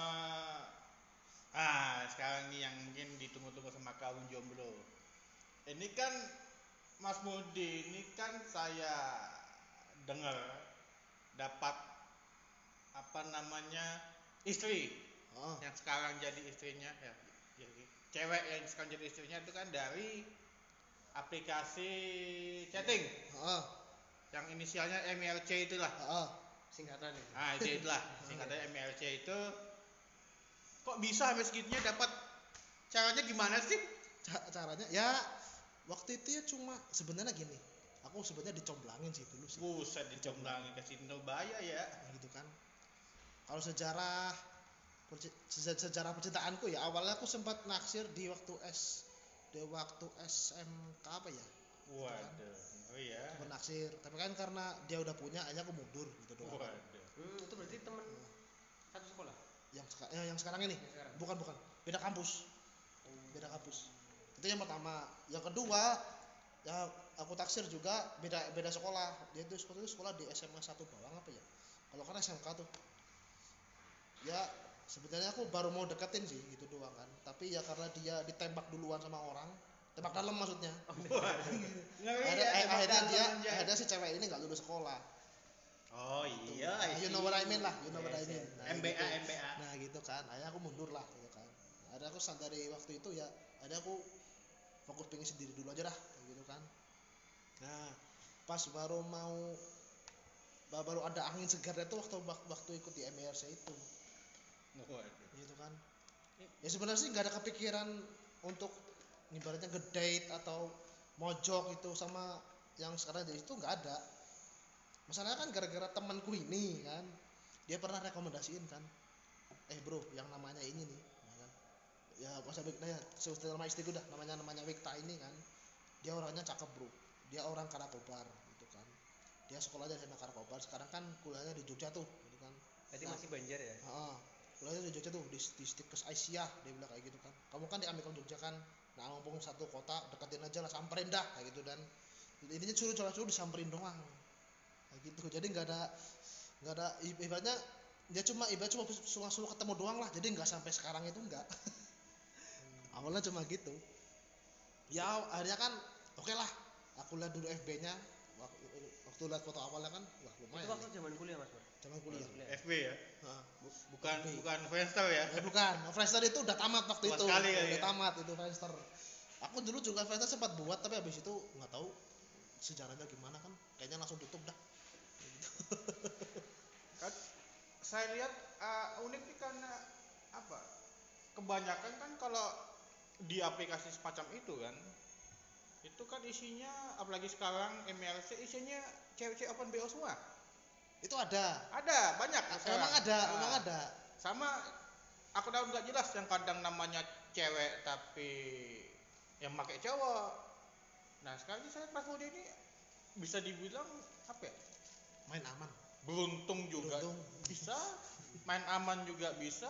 Sekarang nih yang mungkin ditunggu-tunggu sama kaum jomblo. Ini kan Mas Mudi, ini kan saya dengar dapat apa namanya istri Oh, yang sekarang jadi istrinya ya, cewek yang sekarang jadi istrinya itu kan dari aplikasi chatting oh, yang inisialnya MLC itulah. oh. Singkatan itu. Itulah singkatannya MLC itu. Kok bisa sampai segitunya dapat, caranya gimana sih? Caranya ya waktu itu ya cuma sebenarnya gini. Aku sebenarnya dicomblangin sih dulu sih. Buset, dicomblangin ke Sinto Baya ya. Gitu kan. Kalau sejarah percintaanku ya awalnya aku sempat naksir di waktu SMK apa ya? Waduh, oh iya. Sempat naksir, tapi kan karena dia udah punya akhirnya aku mundur gitu doang. Waduh. Itu berarti teman satu sekolah. Yang sekarang ini? Yang sekarang. Bukan. Beda kampus. Beda kampus. Itu yang pertama. Yang kedua, ya aku taksir juga beda sekolah. Dia itu sekolah di SMA 1 Bawang apa ya? Kalau kan SMK tuh. Ya Sebenarnya aku baru mau deketin sih gitu doang kan, tapi ya karena dia ditembak duluan sama orang, tembak dalam maksudnya. Akhirnya si cewek ini nggak lulus sekolah. Oh iya, You know what I mean lah, you know what I mean. Nah, MBA gitu. MBA. Nah gitu kan, akhirnya aku mundur lah gitu kan. Ada aku dari waktu itu ya, ada aku fokus pengen sendiri dulu aja dah gitu kan. Nah pas baru ada angin segarnya tuh waktu ikut di MRC itu gitu kan. Ya sebenarnya sih nggak ada kepikiran untuk ibaratnya ngedate atau mojok itu sama yang sekarang jadi itu nggak ada. Masalahnya kan gara-gara temanku ini kan, dia pernah rekomendasiin kan, bro yang namanya ini nih ya masa ya nama istriku dah namanya Wikta ini kan, dia orangnya cakep bro, dia orang Karakobar gitu kan, dia sekolahnya di Karakobar, sekarang kan kuliahnya di Jogja tuh gitu kan. Berarti masih Banjar ya? Kuliahnya di Jogja tuh di Stikes Aisyah, dia bilang kayak gitu kan, kamu kan di Amikom Jogja kan, nah mumpung satu kota deketin aja lah, samperin dah kayak gitu, dan intinya suruh disamperin doang kayak gitu. Jadi nggak ada ibaratnya dia cuma suruh ketemu doang lah, jadi nggak sampai sekarang itu nggak. Awalnya cuma gitu ya, akhirnya kan oke lah, aku lihat dulu FB-nya waktu lihat foto awalnya kan, wah lumayan. Itu waktu zaman kuliah Mas? Zaman kuliah. FB ya? Bukan Friendster ya? Bukan, Friendster itu udah tamat waktu itu. Udah tamat itu Friendster. Aku dulu juga Friendster sempat buat, tapi habis itu nggak tahu sejarahnya gimana kan, kayaknya langsung tutup dah. Kan saya lihat unik nih karena apa? Kebanyakan kan kalau di aplikasi semacam itu kan isinya, apalagi sekarang MLC isinya cewek-cewek open BO semua. Itu ada banyak emang ada sama aku tahu nggak jelas yang kadang namanya cewek tapi yang pakai cowok. Nah sekarang saya Mas Budi ini bisa dibilang apa ya, main aman, beruntung juga bisa, main aman juga bisa.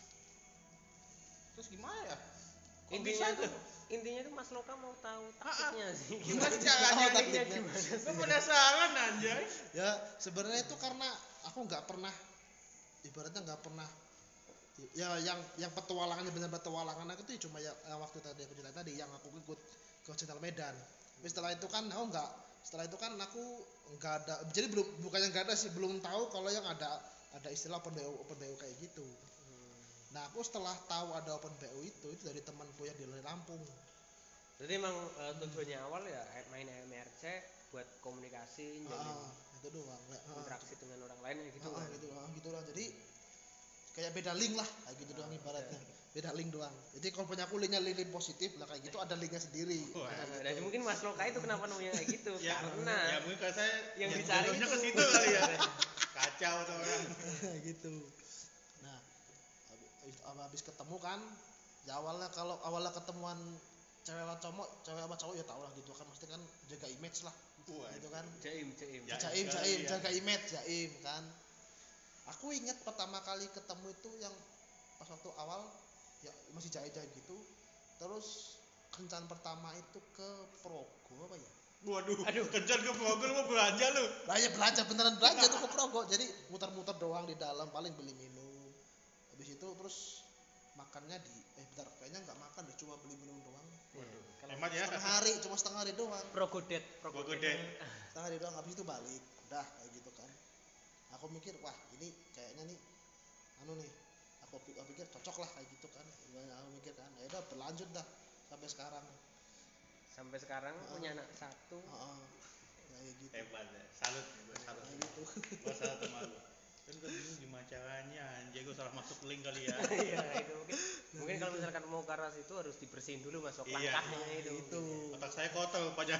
Terus gimana ya? Intinya tuh Mas Loka mau tahu taktiknya sih. Gimana caranya? Taktiknya Gue penasaran anjay. Ya sebenarnya itu karena aku nggak pernah, ibaratnya nggak pernah ya yang petualangannya benar petualangan aku itu cuma ya waktu tadi aku cerita tadi yang aku ikut ke Central Medan. Tapi setelah itu kan aku nggak ada, jadi bukannya nggak ada sih, belum tahu kalau yang ada istilah open BO kayak gitu. Nah aku setelah tahu ada open BO itu dari temanku yang di Lampung. Jadi emang tujuannya awal ya main MRC buat komunikasi, jadi itu doang, interaksi dengan orang lain gitu kan. Gitu lah. Jadi kayak beda link lah kayak gitu doang ibaratnya. Beda link doang. Jadi kalau punya linknya link positif lah kayak gitu, ada linknya sendiri. Gitu. Dan mungkin Mas Loka itu kenapa namanya kayak gitu? Ya, karena ya mungkin kalau saya yang dicari itu ke situ kali ya. Kacau tuh orang. Gitu. Nah, habis ketemu kan, ya awalnya ketemuan cewek sama cowok ya tau lah gitu kan, mesti kan jaga image lah. Gitu kan. Jaim, jaga image, kan. Aku ingat pertama kali ketemu itu yang pas waktu awal ya masih jaim gitu. Terus kencan pertama itu ke Progo apa ya? Aduh, kencan ke Progo lu mau belanja lu. Lah ya beneran belanja tuh ke Progo. Jadi muter-muter doang di dalam, paling beli minum. Habis itu terus makannya kayaknya nggak makan deh, cuma beli minum doang. Waduh, hemat ya. Setengah hari doang. Progodet. Setengah hari doang, habis itu balik. Udah kayak gitu kan. Aku mikir, wah ini kayaknya nih aku pikir cocok lah kayak gitu kan. Aku mikir kan, ya udah berlanjut dah sampai sekarang. Punya anak satu. Kayak gitu. Hebat ya. Salut. Gitu. Gua salut sama lu. Kan gue bingung gimana caranya, anjay gue salah masuk link kali ya. Iya, itu mungkin kalau misalkan mau ke arah itu harus dibersihin dulu masuk langkahnya itu. Otak saya kotor rupanya.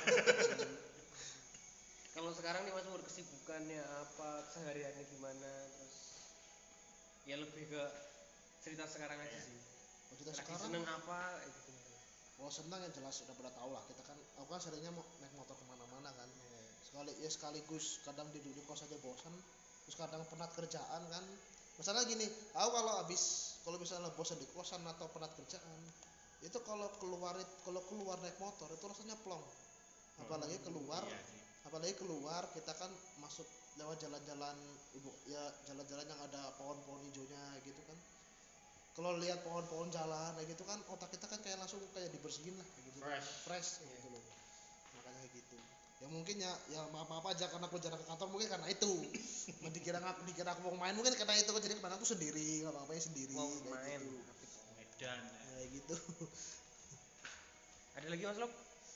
Kalau sekarang nih Mas Mur, kesibukannya apa, sehariannya gimana, terus ya lebih ke cerita sekarang aja sih. Cerita lagi sekarang seneng apa gitu. Kalau senang yang jelas udah pada tahu lah, kita kan, aku kan seringnya mau naik motor kemana-mana kan. Sekaligus kadang di kos aja bosan, terus kadang penat kerjaan kan. Masalah gini, aku kalau misalnya bosan di kosan atau penat kerjaan, itu kalau keluar naik motor itu rasanya plong. Apalagi keluar kita kan masuk lewat jalan-jalan yang ada pohon-pohon hijaunya gitu kan. kalau lihat pohon-pohon jalan kayak gitu kan otak kita kan kayak langsung kayak dibersihin lah kayak gitu. Fresh kayak gitu loh. Makanya kayak gitu. Ya mungkin ya maaf aja karena aku jarang ke kantor mungkin karena itu. dikira aku mau main mungkin karena itu jadi kemana aku sendiri ngapa-ngapain sendiri mau kayak main gitu. Medan ya. Kayak gitu. ada lagi Mas Lop?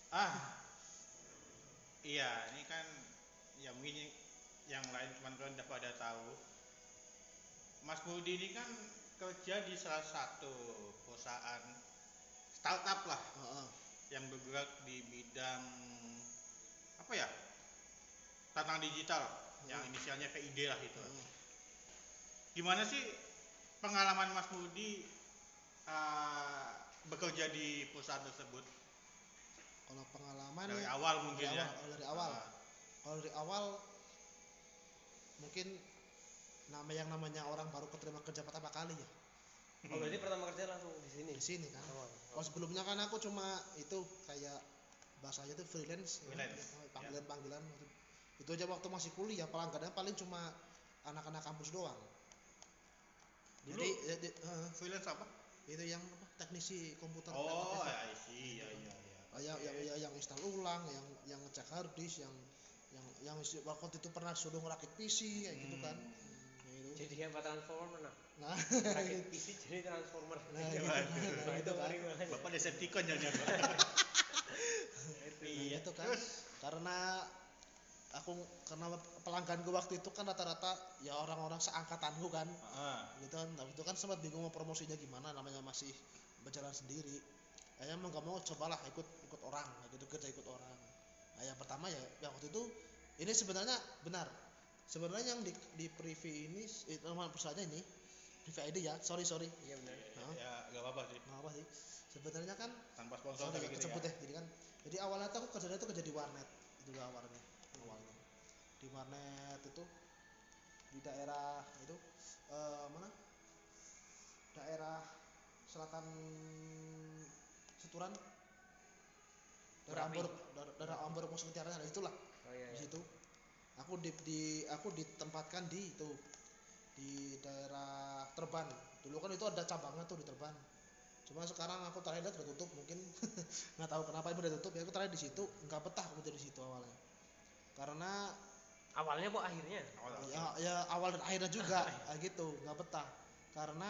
Iya, ini kan ya mungkin yang lain teman-teman udah pada tahu. Mas Budi ini kan kerja di salah satu perusahaan startup lah yang bergerak di bidang apa ya? Tantangan digital yang inisialnya PID lah itu. Gimana sih pengalaman Mas Budi bekerja di perusahaan tersebut? Kalau pengalaman Dari awal mungkin ya. Dari awal. Kalau dari awal mungkin yang namanya orang baru keterima kerja pertama kali ya. Oh berarti pertama kerja langsung di sini? Di sini kan. Oh sebelumnya kan aku cuma itu kayak bahasanya itu freelance. Panggilan-panggilan itu aja waktu masih kuliah pelanggannya paling cuma anak-anak kampus doang. Dulu Jadi freelance apa? Itu yang teknisi komputer. Oh, iya. Yang install ulang, yang ngecek hard disk, yang waktu itu pernah suruh ngerakit PC kayak gitu kan. Jadi apa transformer Nah, rakit PC jadi transformer. Itu kan. Bapak Decepticon jangan. Iya itu kan. Karena pelangganku waktu itu kan rata-rata ya orang-orang seangkatanku kan. Gitu kan. Nah, itu kan sempat bingung mau promosinya gimana namanya masih berjalan sendiri. Saya mau nggak mau cobalah ikut orang gitu kerja ikut orang. Nah, yang pertama ya waktu itu ini sebenarnya benar. Sebenarnya yang di Privy ini nama perusahaannya ini Privy ID ya. Sorry. Iya benar. Ya enggak apa-apa sih. Nggak apa sih. Sebenarnya kan Tanpa sponsor kayak gitu ya. ya. Jadi kan jadi awalnya tuh aku kerja di warnet itu awalnya. Di warnet itu di daerah itu mana? Daerah selatan Situran. Daerah Ambor musuh tiaranya itulah. Oh iya. Di situ. Aku ditempatkan di itu di daerah Terban. Dulu kan itu ada cabangnya tuh di Terban. Cuma sekarang aku terakhir lihat udah tutup mungkin nggak tahu kenapa itu udah tutup ya aku terakhir di situ nggak betah aku jadi situ awalnya karena awalnya kok akhirnya ya awal dan akhirnya juga gitu nggak betah karena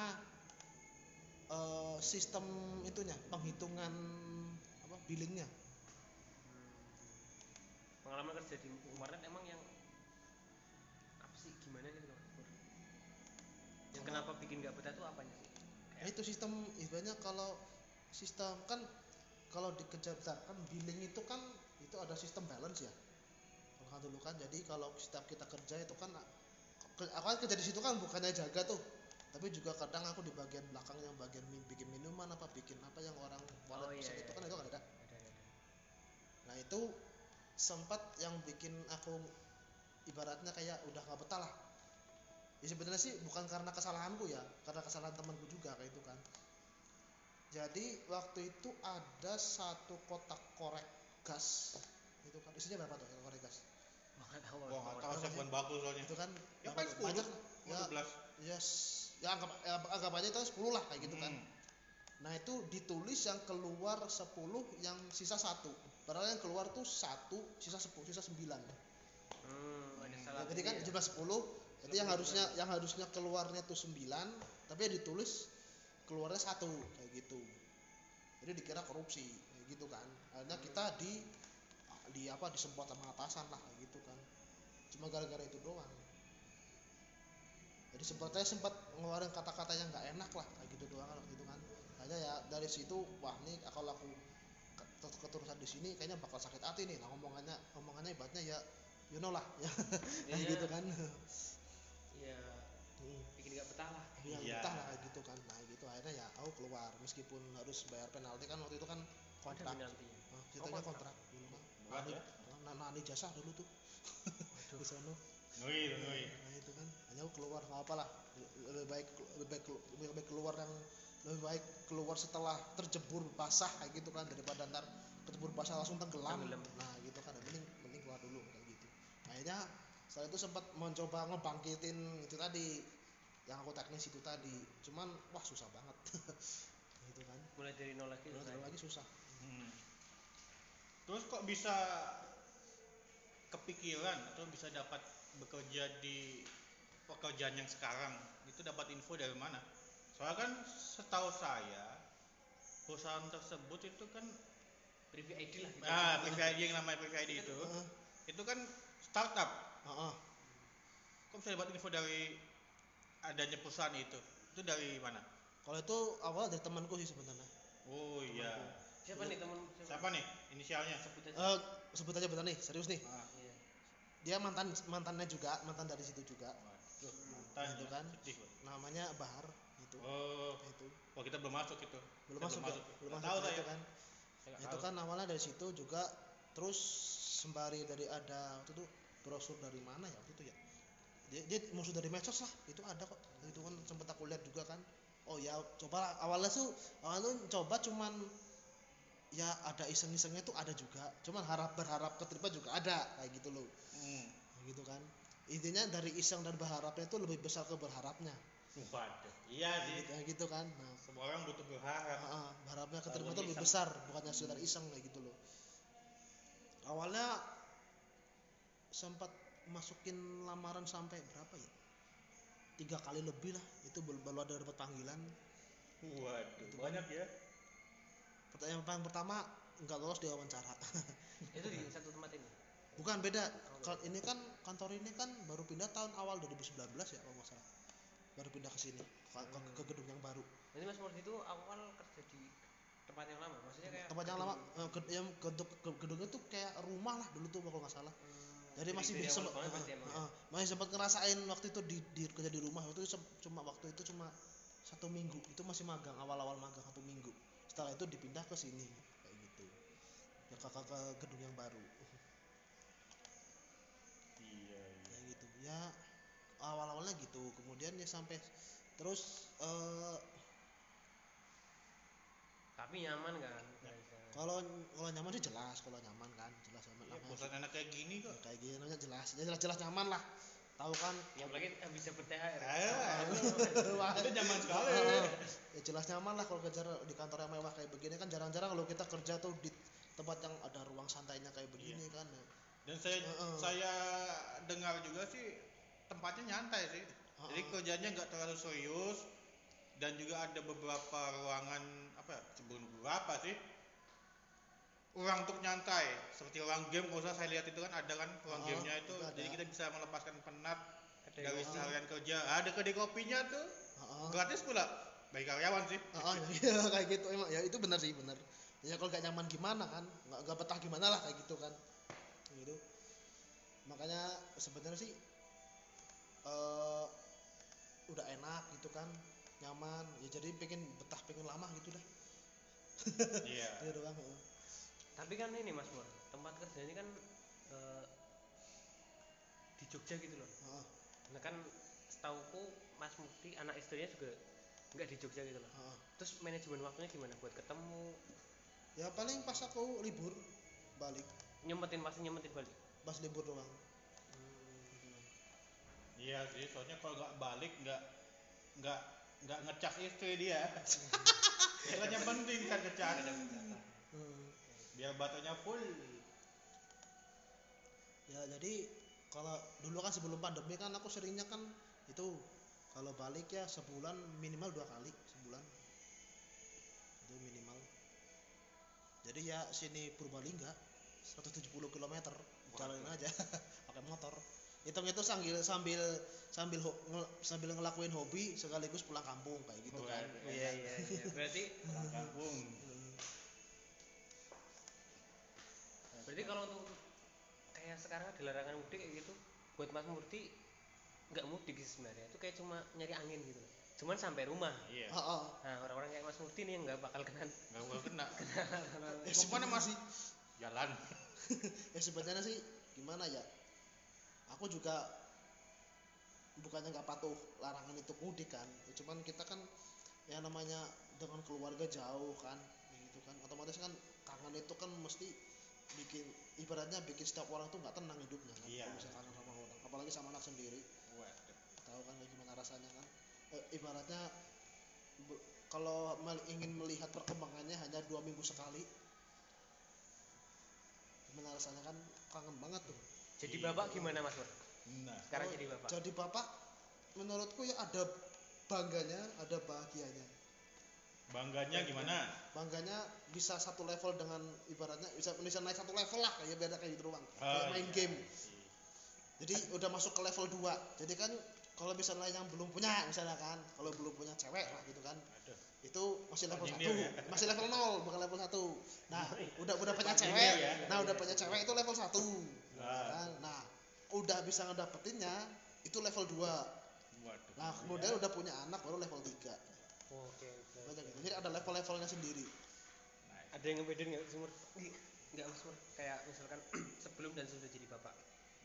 sistem itunya penghitungan apa billingnya pengalaman kerja di warnet emang yang apa sih gimana gitu loh yang kenapa bikin nggak betah tuh apanya sih ya itu sistem ibaratnya kalau sistem kan kalau dikejar kan billing itu kan itu ada sistem balance ya kalau dulu kan jadi kalau setiap kita kerja itu kan aku kan kerja di situ kan bukannya jaga tuh tapi juga kadang aku di bagian belakang yang bagian bikin minuman apa bikin apa yang orang warnet pesan itu kan itu kan ada. Nah itu sempat yang bikin aku ibaratnya kayak udah gak betah lah ya sebenarnya sih bukan karena kesalahanku ya karena kesalahan temanku juga kayak itu kan jadi waktu itu ada satu kotak korek gas itu kan isinya berapa tuh korek gas nggak tahu Wah, tahu saya bukan bagus soalnya. itu kan Ya paling 10, banyak ya 12. Ya anggap aja itu 10 lah kayak gitu kan. Nah, itu ditulis yang keluar 10 yang sisa 1. Padahal yang keluar tuh 1 sisa 10 sisa 9. Ada salah. Jadi kan jumlah 10, jadi yang harusnya keluarnya tuh 9, tapi ya ditulis keluarnya 1 kayak gitu. Jadi dikira korupsi kayak gitu kan. Akhirnya kita disemprot sama atasan lah kayak gitu kan. Cuma gara-gara itu doang. Jadi sempat ngeluarin kata-kata yang nggak enak lah kayak gitu doang kan gitu kan. Kayaknya ya dari situ wah nih kalau aku keterusan di sini kayaknya bakal sakit hati nih. Nah omongannya ibaratnya ya you know lah ya kayak gitu kan. Iya. Bikin nggak betah lah. Iya. Betah lah kayak gitu kan. Nah gitu akhirnya ya aku keluar meskipun harus bayar penalti kan waktu itu kan kontrak. Ceritanya kontrak dulu kan. Nani jasa dulu tuh. Di sono. Ngeri. Nah itu kan hanya aku keluar nggak apa lah lebih baik keluar yang lebih baik keluar setelah terjebur basah kayak gitu kan daripada ntar terjebur basah langsung tenggelam. Nah gitu kan mending keluar dulu kayak gitu akhirnya setelah itu sempat mencoba ngebangkitin itu tadi yang aku teknis itu tadi. Cuman wah susah banget. Gitu kan. Mulai dari nol lagi Susah. Terus kok bisa kepikiran atau bisa dapat bekerja di pekerjaan yang sekarang? Itu dapat info dari mana? Soalnya kan setahu saya perusahaan tersebut itu kan private ID lah gitu. private ID yang namanya private ID itu kan startup. Kok bisa dapat info dari adanya perusahaan itu? Itu dari mana? Kalau itu awal dari temanku sih sebenarnya. Oh iya. Siapa nih teman? Siapa nih inisialnya? Sebut aja bener nih, serius nih. Iya. Dia mantannya juga, mantan dari situ juga. Waduh, mantan itu kan. Sedih, namanya Bahar gitu. Itu. Oh, kita belum masuk itu. Belum masuk. Tahu saya kan. Itu kan awalnya dari situ juga, terus sembari dari ada waktu itu brosur dari mana ya waktu itu ya. Dia musuh dari medsos lah, itu ada kok. Itu kan sempat aku lihat juga kan. Oh ya, coba awalnya tuh coba cuman ya ada iseng-isengnya tuh ada juga, cuman berharap keterima juga ada kayak gitu loh. Gitu kan, intinya dari iseng dan berharapnya itu lebih besar ke berharapnya. Waduh, iya sih gitu kan. Nah, semua orang butuh berharap. Berharapnya keterima itu lebih besar, bukannya sekedar iseng kayak gitu loh. Awalnya sempat masukin lamaran sampai berapa ya, 3 kali lebih lah, itu baru ada dapat panggilan. Waduh, itu banyak kan. Ya. Pertanyaan pertama nggak lolos di wawancara. Itu di satu tempat ini? Bukan, beda. Ini kan kantor ini kan baru pindah tahun awal 2019 ya kalau nggak salah. Baru pindah ke sini, ke gedung yang baru. Jadi Mas Murdi itu awal kerja di tempat yang lama, maksudnya kayak tempat yang lama, yang gedungnya tuh kayak rumah lah dulu tuh kalau nggak salah. Jadi masih sempat ngerasain waktu itu di kerja di rumah. Waktu itu cuma 1 minggu, itu masih magang, awal-awal magang 1 minggu. Setelah itu dipindah ke sini kayak gitu ya, ke gedung yang baru. Iya. Kayak gitu ya, awal-awalnya gitu. Kemudian ya sampai terus tapi nyaman kan? Kalau nyaman sih jelas, kalau nyaman kan jelas nyaman. Iya, perusahaan enak kayak gini kok. Kayak gini namanya jelas nyaman lah. Tahu kan? Yang lagi bisa ber-THR. Itu nyaman sekali. Ya jelas nyaman lah kalau kerja di kantor yang mewah kayak begini kan. Jarang-jarang kalau kita kerja tuh di tempat yang ada ruang santainya kayak begini kan. Dan saya dengar juga sih tempatnya nyantai sih. Jadi kerjanya nggak terlalu serius dan juga ada beberapa ruangan beberapa sih ruang untuk nyantai, seperti ruang game. Kalau saya lihat itu kan ada kan ruang gamenya itu, jadi kita bisa melepaskan penat dari seharian kerja. Ada kedai kopinya tuh, gratis pula bagi karyawan sih. Iya kayak gitu emang ya, itu benar sih, benar. Ya kalau gak nyaman gimana kan, nggak betah gimana lah kayak gitu kan, gitu. Makanya sebenarnya sih udah enak gitu kan, nyaman ya, jadi pengen betah, pengen lama gitu dah. Iya. Itu doang. Tapi kan ini Mas Mur, tempat kerja ini kan di Jogja gitu loh. Nah kan setauku Mas Murti anak istrinya juga nggak di Jogja gitu loh. Terus manajemen waktunya gimana buat ketemu? Ya paling pas aku libur balik. Pasti nyempetin balik. Pas libur doang. Iya sih, soalnya kalau nggak balik nggak ngecas istri dia. Soalnya penting kan ngecas. Biar baterainya full. Ya jadi kalau dulu kan sebelum pandemi kan aku seringnya kan itu kalau balik ya sebulan minimal 2 kali sebulan. Itu minimal. Jadi ya sini Purbalingga 170 km jalanin aja pakai motor. Hitung-hitung sambil ngelakuin hobi sekaligus pulang kampung kayak gitu kan. Iya. Berarti Pulang kampung. Berarti kalau untuk kayak sekarang ada larangan mudik kayak gitu, buat Mas Murti nggak mudik sih sebenarnya, itu kayak cuma nyari angin gitu, cuman sampai rumah. Iya. Nah orang-orang kayak Mas Murti nih nggak bakal kena. Semuanya masih jalan. Ya sebenarnya sih gimana ya, aku juga bukannya nggak patuh larangan itu mudik kan, cuman kita kan ya namanya dengan keluarga jauh kan, gitu kan, otomatis kan kangen itu kan mesti bikin, ibaratnya bikin setiap orang tuh nggak tenang hidupnya kan. Iya. Kalau misalkan sama orang, apalagi sama anak sendiri. Waduh. Tahu kan gimana rasanya kan. ibaratnya kalau ingin melihat perkembangannya hanya 2 minggu sekali, gimana rasanya kan kangen banget tuh. Jadi bapak gimana Mas Pur? Nah, Sekarang jadi bapak. Jadi bapak menurutku ya ada bangganya, ada bahagianya. Bangganya gimana? Bangganya bisa satu level dengan ibaratnya bisa naik satu level lah kayak beda kayak gitu doang. Kayak main game. Jadi udah masuk ke level 2. Jadi kan kalau misalnya yang belum punya misalnya kan, kalau belum punya cewek lah gitu kan. Aduh. Itu masih level 1, Ya. masih level 0 bukan level 1. Nah, udah punya Nyindir cewek. ya. Nah, udah punya cewek itu level 1. Kan? Nah, udah bisa ngedapetinnya itu level 2. Waduh. Nah, kemudian udah punya anak baru level 3. Oke. Banyak gitu. Jadi ada level-levelnya sendiri. Ada yang ngebedain nggak Sumur? Nggak Mas Pur. Kayak misalkan sebelum dan sudah jadi bapak.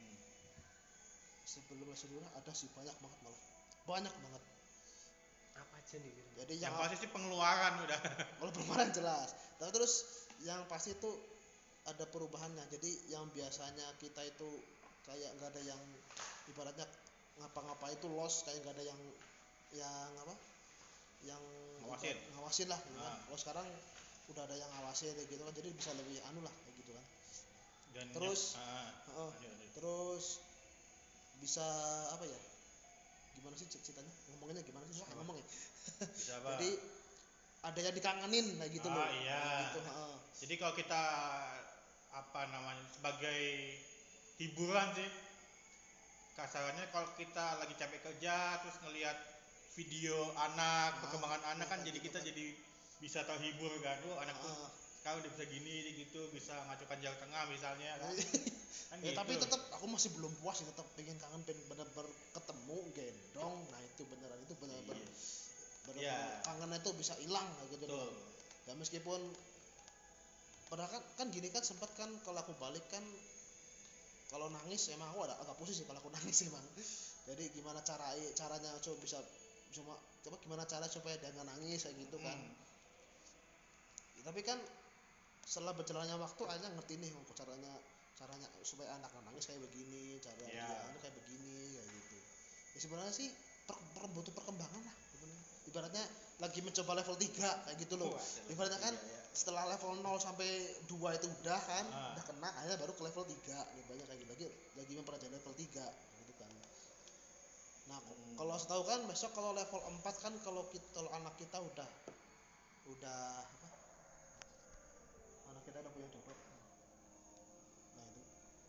Sebelum ada sih banyak banget malah. Banyak banget. Apa aja nih? Jadi Yang pasti sih pengeluaran udah. kalau pengeluaran jelas. Terus yang pasti itu ada perubahannya. Jadi yang biasanya kita itu kayak nggak ada yang ibaratnya ngapa-ngapa itu loss, kayak nggak ada yang apa? Yang ngawasin lah gitu kan. Kalau sekarang udah ada yang ngawasin kayak gitu kan. Jadi bisa lebih anu lah kayak gitu kan. Dan Terus terus bisa apa ya? Gimana sih ceritanya? Ngomonginnya gimana sih? Ngomongnya. Bisa apa? Jadi ada yang dikangenin kayak gitu loh. Iya. Gitu, Jadi kalau kita apa namanya sebagai hiburan sih, kasarannya kalau kita lagi capek kerja terus ngelihat video anak, perkembangan anak kan jadi kita jadi bisa terhibur kan. Anak tuh sekarang udah bisa gini gitu, bisa ngacukan jari tengah misalnya kan. Kan ya, gitu. tapi tetap aku masih belum puas sih, tetap pengen kangen, pengen benar-benar ketemu gendong. Nah itu beneran, itu benar-benar kangennya itu bisa hilang gitu loh. Ya meskipun padahal kan gini kan sempat kan kalau aku balik kan kalau nangis emang aku agak pusing sih kalau aku nangis emang. Jadi gimana caranya coba gimana cara supaya dia nggak nangis kayak gitu kan. Ya, tapi kan setelah berjalannya waktu akhirnya ngerti nih caranya supaya anak nangis kayak begini, cara dia kayak begini kayak gitu. Ya sebenarnya sih butuh perkembangan lah sebenarnya. Ibaratnya lagi mencoba level 3 kayak gitu loh. Ibaratnya kan setelah level 0 sampai 2 itu udah kan, udah kena, akhirnya baru ke level 3. Ibaratnya kayak gitu lagi mempelajari level 3 gitu kan. Nah, kalau setahu kan besok kalau level 4 kan kalau anak kita udah apa? Anak kita udah punya jodoh. Nah, itu.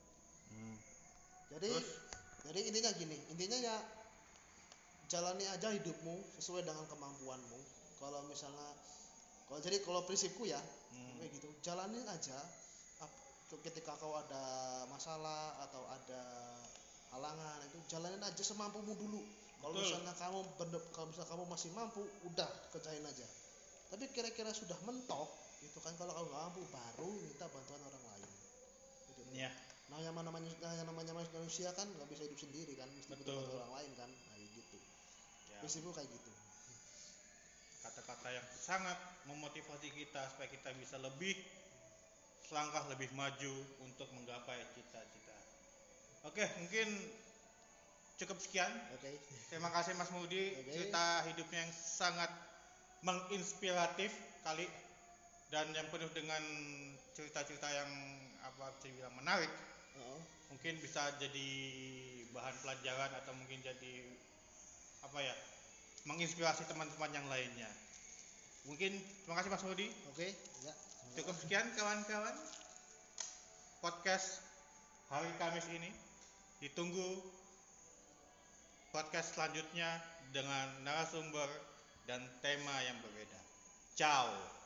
Jadi intinya ya jalani aja hidupmu sesuai dengan kemampuanmu. Kalau misalnya kalau prinsipku ya kayak gitu, jalanin aja. Ketika kau ada masalah atau ada halangan itu jalanin aja semampumu dulu. Kalau misalnya kamu masih mampu, udah kerjain aja. Tapi kira-kira sudah mentok itu kan, kalau kamu nggak mampu baru minta bantuan orang lain. Gitu. Iya. Nah yang namanya manusia kan nggak bisa hidup sendiri kan, mesti butuh bantuan orang lain kan, kayak gitu. Prinsipku kayak gitu. Kata-kata yang sangat memotivasi kita supaya kita bisa selangkah lebih maju untuk menggapai cita-cita. Oke, mungkin cukup sekian. Terima kasih Mas Mudi, cerita hidupnya yang sangat menginspiratif kali dan yang penuh dengan cerita-cerita yang bisa dibilang menarik. Mungkin bisa jadi bahan pelajaran atau mungkin jadi menginspirasi teman-teman yang lainnya. Mungkin terima kasih Mas Mudi. Ya. Cukup sekian kawan-kawan podcast hari Kamis ini. Ditunggu podcast selanjutnya dengan narasumber dan tema yang berbeda. Ciao.